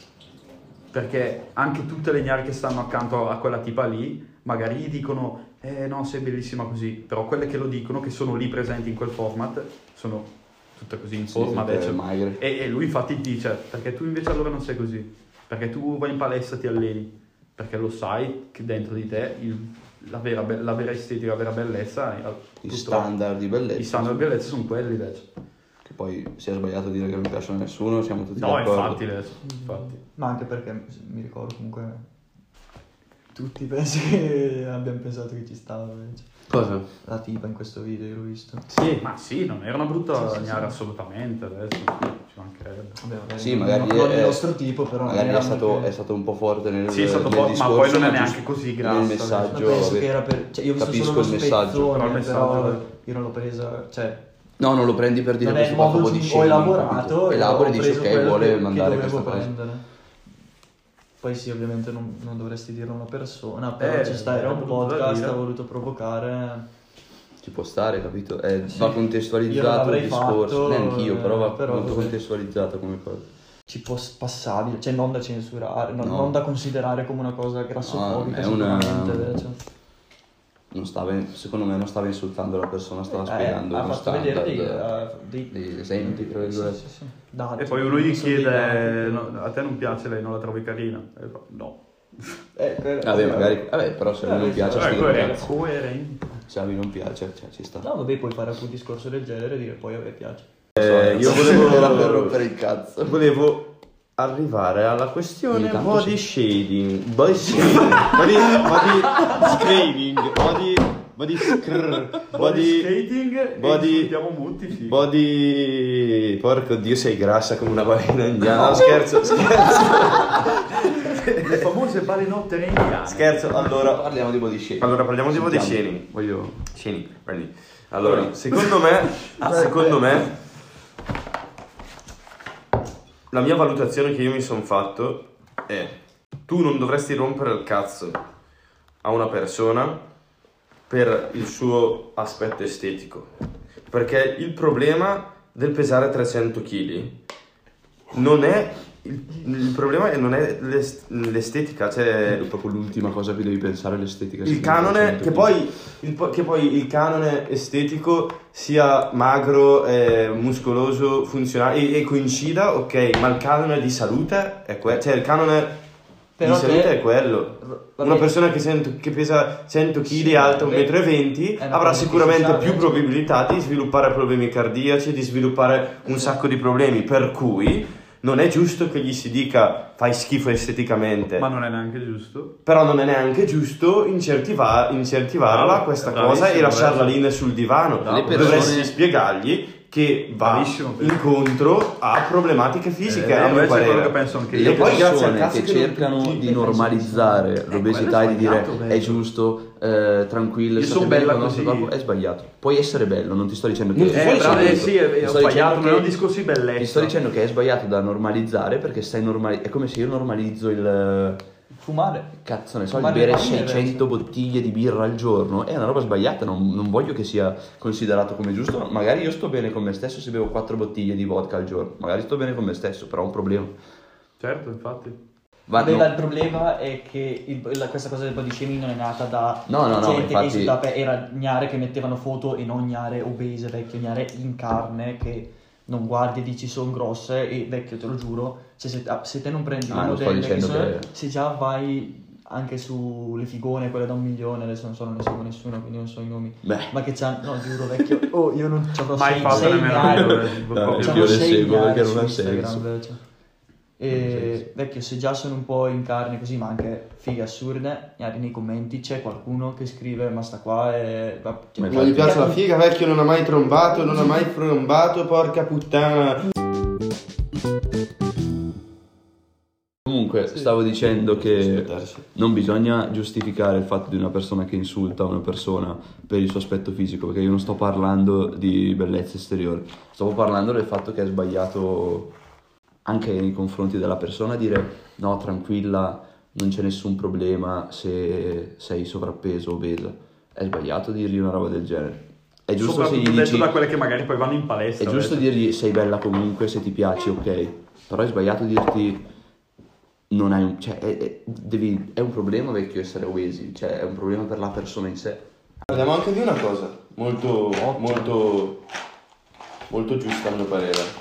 Speaker 6: perché anche tutte le gnare che stanno accanto a quella tipa lì magari gli dicono no, sei bellissima così, però quelle che lo dicono, che sono lì presenti in quel format, sono tutte così in forma
Speaker 1: tutte
Speaker 6: invece.
Speaker 1: magre.
Speaker 6: E lui infatti dice, perché tu invece allora non sei così, perché tu vai in palestra, ti alleni, perché lo sai che dentro di te la vera estetica, la vera bellezza,
Speaker 1: I standard di bellezza.
Speaker 6: i standard di bellezza sono quelli invece.
Speaker 1: Che poi sia sbagliato dire che non piacciono a nessuno, siamo tutti
Speaker 6: No,
Speaker 1: d'accordo.
Speaker 6: infatti.
Speaker 2: Ma anche perché mi ricordo comunque tutti penso che abbiamo pensato che ci stava invece.
Speaker 1: Cosa?
Speaker 2: La tipa in questo video, io l'ho visto.
Speaker 6: Sì, ma sì, non era una brutta
Speaker 2: Sì,
Speaker 6: gnara
Speaker 2: sì.
Speaker 6: assolutamente, adesso ci mancherebbe.
Speaker 2: Vabbè,
Speaker 1: Sì, magari
Speaker 2: non
Speaker 1: è-
Speaker 2: il nostro tipo, però
Speaker 1: Magari
Speaker 2: non
Speaker 1: è
Speaker 2: era
Speaker 1: stato,
Speaker 2: anche-
Speaker 1: è stato un po' forte nel,
Speaker 6: Sì, è stato
Speaker 1: nel
Speaker 6: forte, ma
Speaker 1: discorso,
Speaker 6: poi non è
Speaker 1: giusto
Speaker 6: neanche così grassa,
Speaker 1: nel
Speaker 2: Ma
Speaker 1: messaggio.
Speaker 2: penso che era per... Cioè, io ho visto
Speaker 1: capisco
Speaker 2: solo lo
Speaker 1: il messaggio.
Speaker 2: spezzone,
Speaker 6: Però il messaggio,
Speaker 2: però io non l'ho presa... Cioè,
Speaker 1: No, non lo prendi per dire
Speaker 2: non è il
Speaker 1: questo qua
Speaker 2: modo
Speaker 1: proprio di
Speaker 2: giusto, ho
Speaker 1: shaming,
Speaker 2: elaborato
Speaker 1: capito?
Speaker 2: e
Speaker 1: Elabori
Speaker 2: ho
Speaker 1: e dici
Speaker 2: preso
Speaker 1: ok,
Speaker 2: quello
Speaker 1: vuole
Speaker 2: che
Speaker 1: mandare
Speaker 2: dovevo
Speaker 1: questa cosa.
Speaker 2: prendere. Poi sì, ovviamente non dovresti dirlo a una persona, però ci sta, era un
Speaker 6: brutto da
Speaker 2: podcast,
Speaker 6: dire.
Speaker 2: ha voluto provocare...
Speaker 1: Ci può stare, capito? Va
Speaker 2: Io non
Speaker 1: contestualizzato il
Speaker 2: l'avrei
Speaker 1: discorso,
Speaker 2: fatto,
Speaker 1: neanch'io, però va
Speaker 2: però
Speaker 1: molto
Speaker 2: vabbè.
Speaker 1: contestualizzato come cosa.
Speaker 2: Ci può passabile, cioè non da censurare,
Speaker 1: No.
Speaker 2: non da considerare come una cosa grassofobica,
Speaker 1: No, è una-
Speaker 2: sicuramente invece.
Speaker 1: Non stava, secondo me non stava insultando la persona, stava spiegando
Speaker 2: ha
Speaker 1: uno
Speaker 2: fatto vedere
Speaker 1: standard,
Speaker 2: dei
Speaker 1: degli esempi, tra virgolette.
Speaker 2: sì. Dati.
Speaker 6: E poi uno gli
Speaker 2: Non sono dei
Speaker 6: chiede,
Speaker 2: dati.
Speaker 6: "No, a te non piace lei, non la trovi carina? E fa, no.
Speaker 1: Vabbè, magari, però se non gli piace
Speaker 6: È
Speaker 1: sti
Speaker 6: coerente.
Speaker 1: cazzo.
Speaker 6: Coerente.
Speaker 1: se a me non piace, cioè ci sta.
Speaker 2: No, vabbè, puoi fare anche un discorso del genere e dire poi a me piace.
Speaker 4: Io volevo
Speaker 1: Era per rompere il cazzo.
Speaker 4: Volevo arrivare alla questione
Speaker 1: Ogni tanto
Speaker 4: body shading, body screening, body
Speaker 3: skating
Speaker 4: body-
Speaker 3: e insultiamo Mutti, sì.
Speaker 4: body, porco dio sei grassa come una balena indiana, no, scherzo,
Speaker 6: Le famose balenotte indiane.
Speaker 4: scherzo, allora
Speaker 1: Parliamo di body shaming.
Speaker 4: Allora parliamo di body
Speaker 1: Sentiamo.
Speaker 4: shaming.
Speaker 1: Voglio...
Speaker 4: Sceni, prendi. Allora, secondo me, la mia valutazione che io mi sono fatto è: tu non dovresti rompere il cazzo a una persona per il suo aspetto estetico, perché il problema del pesare 300 kg non è il problema non è l'estetica, cioè
Speaker 1: È proprio l'ultima cosa a cui devi pensare, l'estetica.
Speaker 4: il canone, che poi il canone estetico sia magro, muscoloso, funzionale e coincida, ok, ma il canone di salute è cioè il canone
Speaker 2: Però
Speaker 4: di salute
Speaker 2: te-
Speaker 4: è quello.
Speaker 2: va
Speaker 4: Una
Speaker 2: bene.
Speaker 4: persona che pesa 100 kg
Speaker 2: Sì,
Speaker 4: e alta
Speaker 2: vabbè.
Speaker 4: 1,20 m
Speaker 2: È una
Speaker 4: avrà
Speaker 2: cosa
Speaker 4: sicuramente
Speaker 2: artificiale,
Speaker 4: più probabilità di sviluppare problemi cardiaci, di sviluppare un sacco di problemi, per cui non è giusto che gli si dica fai schifo esteticamente.
Speaker 6: Ma non è neanche giusto.
Speaker 4: Però non è neanche giusto incentivarla
Speaker 6: Bravo,
Speaker 4: questa
Speaker 6: bravissimo,
Speaker 4: cosa e lasciarla
Speaker 6: bravissimo.
Speaker 4: lì sul divano.
Speaker 6: Bravo.
Speaker 1: Le persone-
Speaker 4: Dovresti spiegargli che va
Speaker 6: Bravissimo,
Speaker 4: incontro a problematiche fisiche, a
Speaker 6: È
Speaker 4: mio
Speaker 6: quello
Speaker 4: parere.
Speaker 6: che penso anche
Speaker 1: Le
Speaker 6: io.
Speaker 4: E poi grazie al
Speaker 1: persone
Speaker 4: cazzo
Speaker 1: che
Speaker 4: che non
Speaker 1: cercano
Speaker 4: tutti-
Speaker 1: di normalizzare l'obesità e di dire
Speaker 6: quello è
Speaker 1: è
Speaker 6: sbagliato,
Speaker 1: giusto, tranquillo,
Speaker 6: Io
Speaker 1: state
Speaker 6: son
Speaker 1: bene
Speaker 6: bella
Speaker 1: con il nostro
Speaker 6: così.
Speaker 1: corpo, è sbagliato. Puoi essere bello, non ti sto dicendo che
Speaker 4: Non ti sto dicendo
Speaker 1: bravo,
Speaker 6: sì,
Speaker 1: ti
Speaker 6: ho
Speaker 1: sto
Speaker 6: sbagliato,
Speaker 1: dicendo
Speaker 6: non
Speaker 1: che-
Speaker 6: è un discorso di bellezza.
Speaker 1: Ti sto dicendo che è sbagliato da normalizzare perché stai è come se io normalizzo il
Speaker 2: Fumare.
Speaker 1: cazzo ne so, il
Speaker 2: Fumare
Speaker 1: bere
Speaker 2: le birre,
Speaker 1: 600 bottiglie di birra al giorno è una roba sbagliata, non voglio che sia considerato come giusto. Magari io sto bene con me stesso se bevo 4 bottiglie di vodka al giorno, magari sto bene con me stesso, però ho un problema.
Speaker 6: Certo, infatti.
Speaker 2: Vabbè,
Speaker 1: no.
Speaker 2: il problema è che questa cosa del body shaming non è nata da
Speaker 1: No,
Speaker 2: gente
Speaker 1: infatti-
Speaker 2: che insultava, era gnare che mettevano foto e non gnare obese, vecchio, gnare in carne che non guardi e dici sono grosse e vecchio te lo giuro, cioè se te non prendi le
Speaker 1: non sto
Speaker 2: modelle che
Speaker 1: dicendo
Speaker 2: sono,
Speaker 1: che-
Speaker 2: se già vai anche sulle figone, quelle da 1 milione, adesso non so, non ne seguo nessuno, quindi non so i nomi,
Speaker 1: Beh.
Speaker 2: ma che c'hanno, no giuro vecchio, oh io non ci avrò
Speaker 6: Mai
Speaker 2: 6
Speaker 6: fatto nemmeno
Speaker 2: gnari.
Speaker 6: io,
Speaker 1: No,
Speaker 2: C'hanno
Speaker 1: io le
Speaker 2: 6
Speaker 1: seguo
Speaker 2: gnari
Speaker 1: perché non
Speaker 2: su
Speaker 1: ha
Speaker 2: Instagram,
Speaker 1: senso.
Speaker 2: cioè. E vecchio, se già sono un po' in carne così, ma anche fighe assurde, magari nei commenti c'è qualcuno che scrive ma sta qua e
Speaker 1: Ma
Speaker 4: Non gli piace la figa, vecchio non ha mai trombato, non ha mai frombato, porca puttana.
Speaker 1: Comunque stavo dicendo che
Speaker 4: Aspettarsi.
Speaker 1: non bisogna giustificare il fatto di una persona che insulta una persona per il suo aspetto fisico, perché io non sto parlando di bellezza esteriore, stavo parlando del fatto che è sbagliato anche nei confronti della persona dire no, tranquilla, non c'è nessun problema se sei sovrappeso o obesa. È sbagliato dirgli una roba del genere. È giusto se gli
Speaker 6: Soprattutto detto
Speaker 1: dici,
Speaker 6: da quelle che magari poi vanno in
Speaker 1: è
Speaker 6: palestra.
Speaker 1: giusto
Speaker 6: adesso.
Speaker 1: dirgli sei bella comunque se ti piaci, ok, però è sbagliato dirti non hai cioè è un problema vecchio essere obesi, cioè è un problema per la persona in sé.
Speaker 4: Parliamo anche di una cosa molto giusta a mio parere.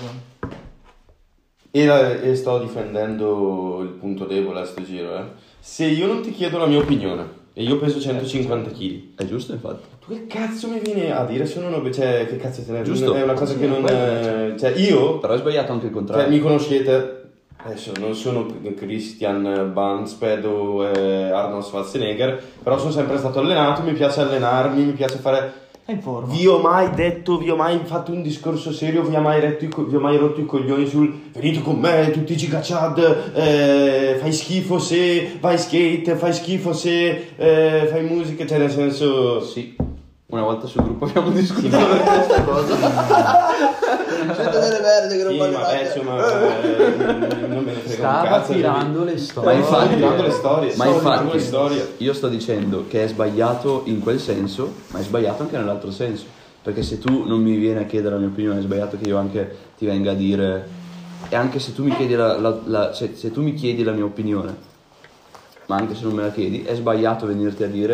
Speaker 4: E sto difendendo il punto debole a sto giro, Se io non ti chiedo la mia opinione e io peso 150 kg,
Speaker 1: È giusto infatti.
Speaker 4: tu che cazzo mi vieni a dire se non cioè che cazzo te ne
Speaker 1: Giusto.
Speaker 4: È una cosa che non cioè io
Speaker 1: Però è sbagliato anche il contrario.
Speaker 4: cioè mi conoscete adesso non sono Christian Bansped o Arnold Schwarzenegger, però sono sempre stato allenato, mi piace allenarmi, mi piace fare.
Speaker 2: È in forma.
Speaker 4: Vi ho mai fatto un discorso serio, vi ho mai rotto i coglioni sul venite con me, tutti giga chad, fai schifo se vai skate, fai schifo se fai musica, cioè nel senso.
Speaker 1: Sì. Una volta sul gruppo abbiamo discusso per questa cosa. Sento delle verde che non
Speaker 4: Sì,
Speaker 1: voglio
Speaker 4: vabbè,
Speaker 1: fare.
Speaker 4: insomma, non me ne frega un
Speaker 6: Stava
Speaker 4: cazzo.
Speaker 6: tirando le
Speaker 1: Ma
Speaker 6: storie.
Speaker 1: infatti,
Speaker 4: tirando le storie,
Speaker 1: ma
Speaker 4: stavo tirando
Speaker 1: infatti
Speaker 4: le storie.
Speaker 1: io sto dicendo che è sbagliato in quel senso, ma è sbagliato anche nell'altro senso. Perché se tu non mi vieni a chiedere la mia opinione, è sbagliato che io anche ti venga a dire. E anche se tu mi chiedi se tu mi chiedi la mia opinione, ma anche se non me la chiedi, è sbagliato venirti a dire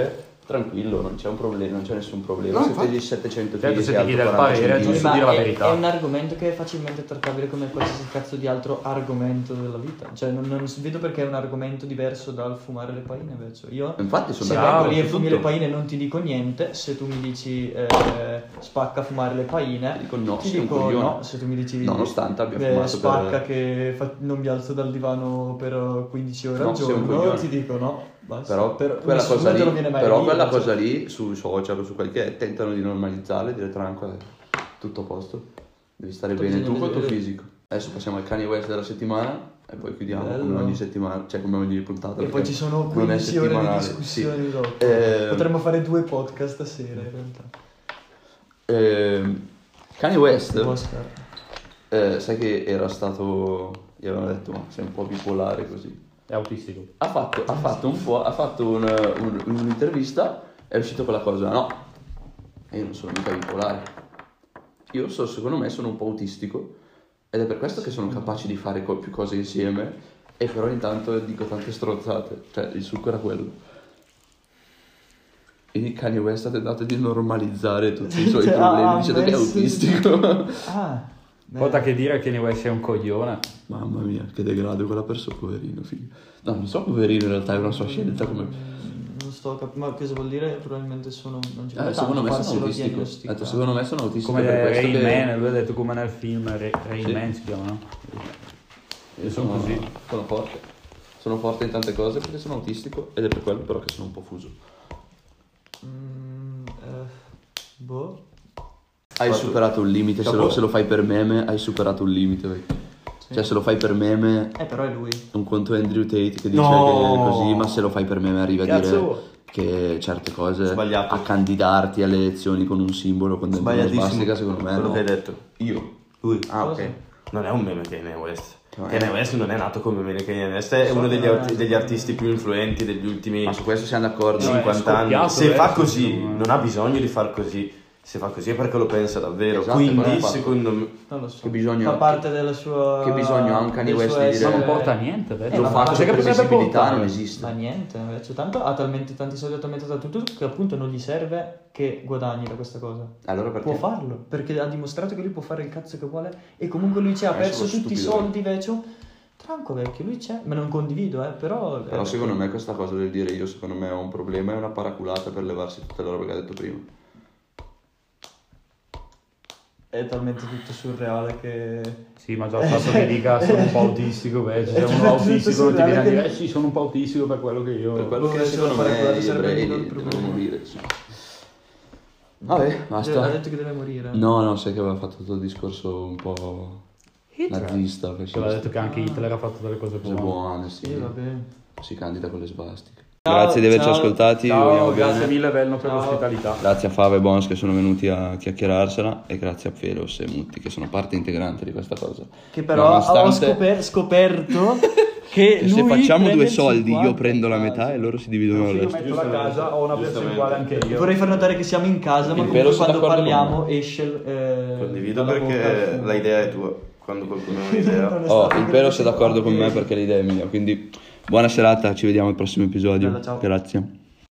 Speaker 1: tranquillo, non c'è un problema, non c'è nessun problema.
Speaker 4: No,
Speaker 1: Se
Speaker 4: infatti.
Speaker 1: pegli 700
Speaker 6: Certo,
Speaker 1: kg
Speaker 6: se
Speaker 1: sei
Speaker 6: ti
Speaker 1: alto
Speaker 6: chiede il
Speaker 1: 40
Speaker 6: parere, è
Speaker 1: centimetri.
Speaker 6: giusto
Speaker 2: Ma
Speaker 6: dire la
Speaker 2: è
Speaker 6: verità.
Speaker 2: un argomento che è facilmente trattabile come qualsiasi cazzo di altro argomento della vita. Cioè, non vedo perché è un argomento diverso dal fumare le paine, invece. Io,
Speaker 1: Infatti sono
Speaker 2: se
Speaker 6: bravo,
Speaker 2: vengo lì e
Speaker 6: su
Speaker 2: fumi
Speaker 6: tutto.
Speaker 2: le paine non ti dico niente. Se tu mi dici spacca fumare le paine,
Speaker 1: Ti dico no,
Speaker 2: ti
Speaker 1: sei un
Speaker 2: dico
Speaker 1: coglione.
Speaker 2: no. Se tu mi dici
Speaker 1: Nonostante abbia fumato
Speaker 2: spacca
Speaker 1: per...
Speaker 2: che non mi alzo dal divano per 15 ore
Speaker 1: No,
Speaker 2: al
Speaker 1: sei un
Speaker 2: giorno,
Speaker 1: coglione.
Speaker 2: ti dico no. Basta.
Speaker 1: Però, quella
Speaker 2: nessuno
Speaker 1: cosa
Speaker 2: te
Speaker 1: lì,
Speaker 2: lo viene mai
Speaker 1: però
Speaker 2: a dire,
Speaker 1: quella
Speaker 2: cioè.
Speaker 1: cosa lì sui social o su qualche tentano di normalizzare, dire tranquillo, tutto a posto, devi stare bene tu col tuo fisico. Adesso passiamo al Kanye West della settimana e poi chiudiamo
Speaker 2: Bello.
Speaker 1: come ogni settimana, cioè come ogni puntata.
Speaker 2: E poi
Speaker 1: perché
Speaker 2: ci sono
Speaker 1: non è
Speaker 2: 15 ore di
Speaker 1: settimanale,
Speaker 2: discussioni
Speaker 1: sì.
Speaker 2: dopo. Potremmo fare 2 podcast a sera in realtà.
Speaker 1: Kanye West,
Speaker 2: Oscar.
Speaker 1: sai che era stato, gli avevano detto ma sei un po' bipolare così.
Speaker 6: È autistico.
Speaker 1: Ha fatto un'intervista, è uscito con la cosa, no, io non sono mica bipolare, secondo me sono un po' autistico ed è per questo che sono capace di fare più cose insieme e però intanto dico tante stronzate, cioè il succo era quello. E Kanye West ha tentato di normalizzare tutti i suoi problemi dicendo che è autistico.
Speaker 6: Porta che dire che Kanye West è un coglione.
Speaker 1: Mamma mia, che degrado quella persona, poverino, figlio. No, non so poverino, in realtà è una sua scelta come...
Speaker 2: Non sto capendo, ma cosa vuol dire? Probabilmente non ci vuole
Speaker 1: secondo me
Speaker 2: tanto
Speaker 1: sono
Speaker 2: farselo
Speaker 1: autistico.
Speaker 2: diagnosticare.
Speaker 1: Secondo me sono autistico
Speaker 6: Come
Speaker 1: per questo
Speaker 6: Rain
Speaker 1: che...
Speaker 6: Man, lui ha detto come nel film Rain
Speaker 1: Sì.
Speaker 6: Man si chiama, no?
Speaker 1: Io sono così. Sono forte. Sono forte in tante cose perché sono autistico ed è per quello però che sono un po' fuso.
Speaker 2: Boh.
Speaker 1: Hai superato un limite, se lo fai per meme hai superato un limite, vecchio.
Speaker 2: Sì.
Speaker 1: Cioè se lo fai per meme,
Speaker 2: Però è lui.
Speaker 1: un conto è Andrew Tate che dice
Speaker 4: No!
Speaker 1: che è così, ma se lo fai per meme arrivi a
Speaker 6: Cazzo
Speaker 1: dire
Speaker 6: vuoi?
Speaker 1: che certe cose,
Speaker 4: Sbagliato.
Speaker 1: a candidarti alle elezioni con un simbolo, con dentro una
Speaker 4: Sbagliatissimo.
Speaker 1: svastica, secondo me
Speaker 4: Quello
Speaker 1: no.
Speaker 4: che hai detto.
Speaker 1: Io.
Speaker 4: Lui. Ah,
Speaker 2: Cosa?
Speaker 4: ok. Non è un meme Kanye West.
Speaker 1: No,
Speaker 4: Kanye West non è nato come meme. Kanye West è uno degli artisti più influenti degli ultimi
Speaker 1: Ma su questo siamo d'accordo.
Speaker 6: No, è
Speaker 4: 50 anni.
Speaker 6: scoppiato,
Speaker 4: Se fa così,
Speaker 6: secondo me.
Speaker 4: non ha bisogno di far così. Se fa così è perché lo pensa davvero.
Speaker 1: Esatto, però
Speaker 4: Quindi,
Speaker 1: ha fatto.
Speaker 4: secondo me,
Speaker 2: Non lo so.
Speaker 1: Che bisogno-
Speaker 2: Fa parte della sua...
Speaker 1: che bisogno ha un Kanye
Speaker 2: del
Speaker 1: West
Speaker 2: suo
Speaker 1: di dire-
Speaker 6: Ma non
Speaker 2: essere-
Speaker 6: porta a niente, adesso.
Speaker 1: Lo
Speaker 2: ma
Speaker 1: faccio
Speaker 6: Cos'è che
Speaker 1: per
Speaker 6: potrebbe
Speaker 1: visibilità,
Speaker 6: portare?
Speaker 1: non esiste.
Speaker 2: Ma niente, invece tanto ha talmente tanti soldi, ha talmente tanto tutto che appunto non gli serve che guadagni da questa cosa.
Speaker 1: Allora perché?
Speaker 2: Può farlo, perché ha dimostrato che lui può fare il cazzo che vuole e comunque lui c'è, ha
Speaker 1: Adesso
Speaker 2: perso
Speaker 1: sono
Speaker 2: tutti i
Speaker 1: stupido.
Speaker 2: soldi invece. Tranco vecchio, lui c'è, ma non condivido, però...
Speaker 1: Però secondo me questa cosa del dire io secondo me ho un problema è una paraculata per levarsi tutte le robe che ha detto prima.
Speaker 2: È talmente tutto surreale che...
Speaker 6: Sì, ma già il fatto che dica sono un po' autistico, beh, se uno autistico non ti viene a dire sì, sono un po' autistico per quello che io...
Speaker 1: Per quello che
Speaker 2: Come
Speaker 1: secondo
Speaker 2: se la
Speaker 1: me
Speaker 2: paraculata
Speaker 1: gli
Speaker 2: sarebbe
Speaker 1: ebrei
Speaker 2: il minor
Speaker 1: devono
Speaker 2: problema.
Speaker 1: morire. Sì. Vabbè,
Speaker 2: Ha
Speaker 1: basta.
Speaker 2: detto che deve morire.
Speaker 1: No, sai che aveva fatto tutto il discorso un po' nazista,
Speaker 6: Aveva
Speaker 1: fascista.
Speaker 6: detto che anche Hitler ha fatto delle cose
Speaker 1: Cose
Speaker 6: buone.
Speaker 1: buone, sì.
Speaker 2: Sì, va bene.
Speaker 1: Si candida con le svastiche.
Speaker 2: Ciao,
Speaker 1: Grazie di averci
Speaker 2: ciao.
Speaker 1: ascoltati. vi
Speaker 6: Ciao,
Speaker 1: vogliamo
Speaker 6: grazie
Speaker 1: bene.
Speaker 6: mille Velno per
Speaker 2: Ciao.
Speaker 6: l'ospitalità.
Speaker 1: Grazie a Fave e Bons che sono venuti a chiacchierarsela e grazie a Felos e Mutti che sono parte integrante di questa cosa.
Speaker 2: Che però
Speaker 1: Nonostante-
Speaker 2: ho scoperto che
Speaker 1: se
Speaker 2: lui
Speaker 1: facciamo
Speaker 2: prende
Speaker 1: due
Speaker 2: il
Speaker 1: soldi
Speaker 2: 50.
Speaker 1: io prendo la metà e loro si dividono
Speaker 6: Se
Speaker 1: il
Speaker 6: io
Speaker 1: resto.
Speaker 6: metto la casa ho una percentuale anche io.
Speaker 2: Vorrei far notare che siamo in casa, ma
Speaker 1: Il
Speaker 2: comunque
Speaker 1: pelo sei
Speaker 2: quando
Speaker 1: d'accordo
Speaker 2: parliamo
Speaker 1: con
Speaker 2: esce
Speaker 4: condivido
Speaker 2: dalla
Speaker 4: perché
Speaker 2: bocca.
Speaker 4: l'idea è tua. Quando qualcuno ha un'idea.
Speaker 2: Non è
Speaker 1: Oh,
Speaker 2: stato
Speaker 1: il pelo sei
Speaker 2: così.
Speaker 1: d'accordo con me perché l'idea è mia, quindi buona serata, ci vediamo al prossimo episodio.
Speaker 2: Bella, ciao.
Speaker 1: Grazie.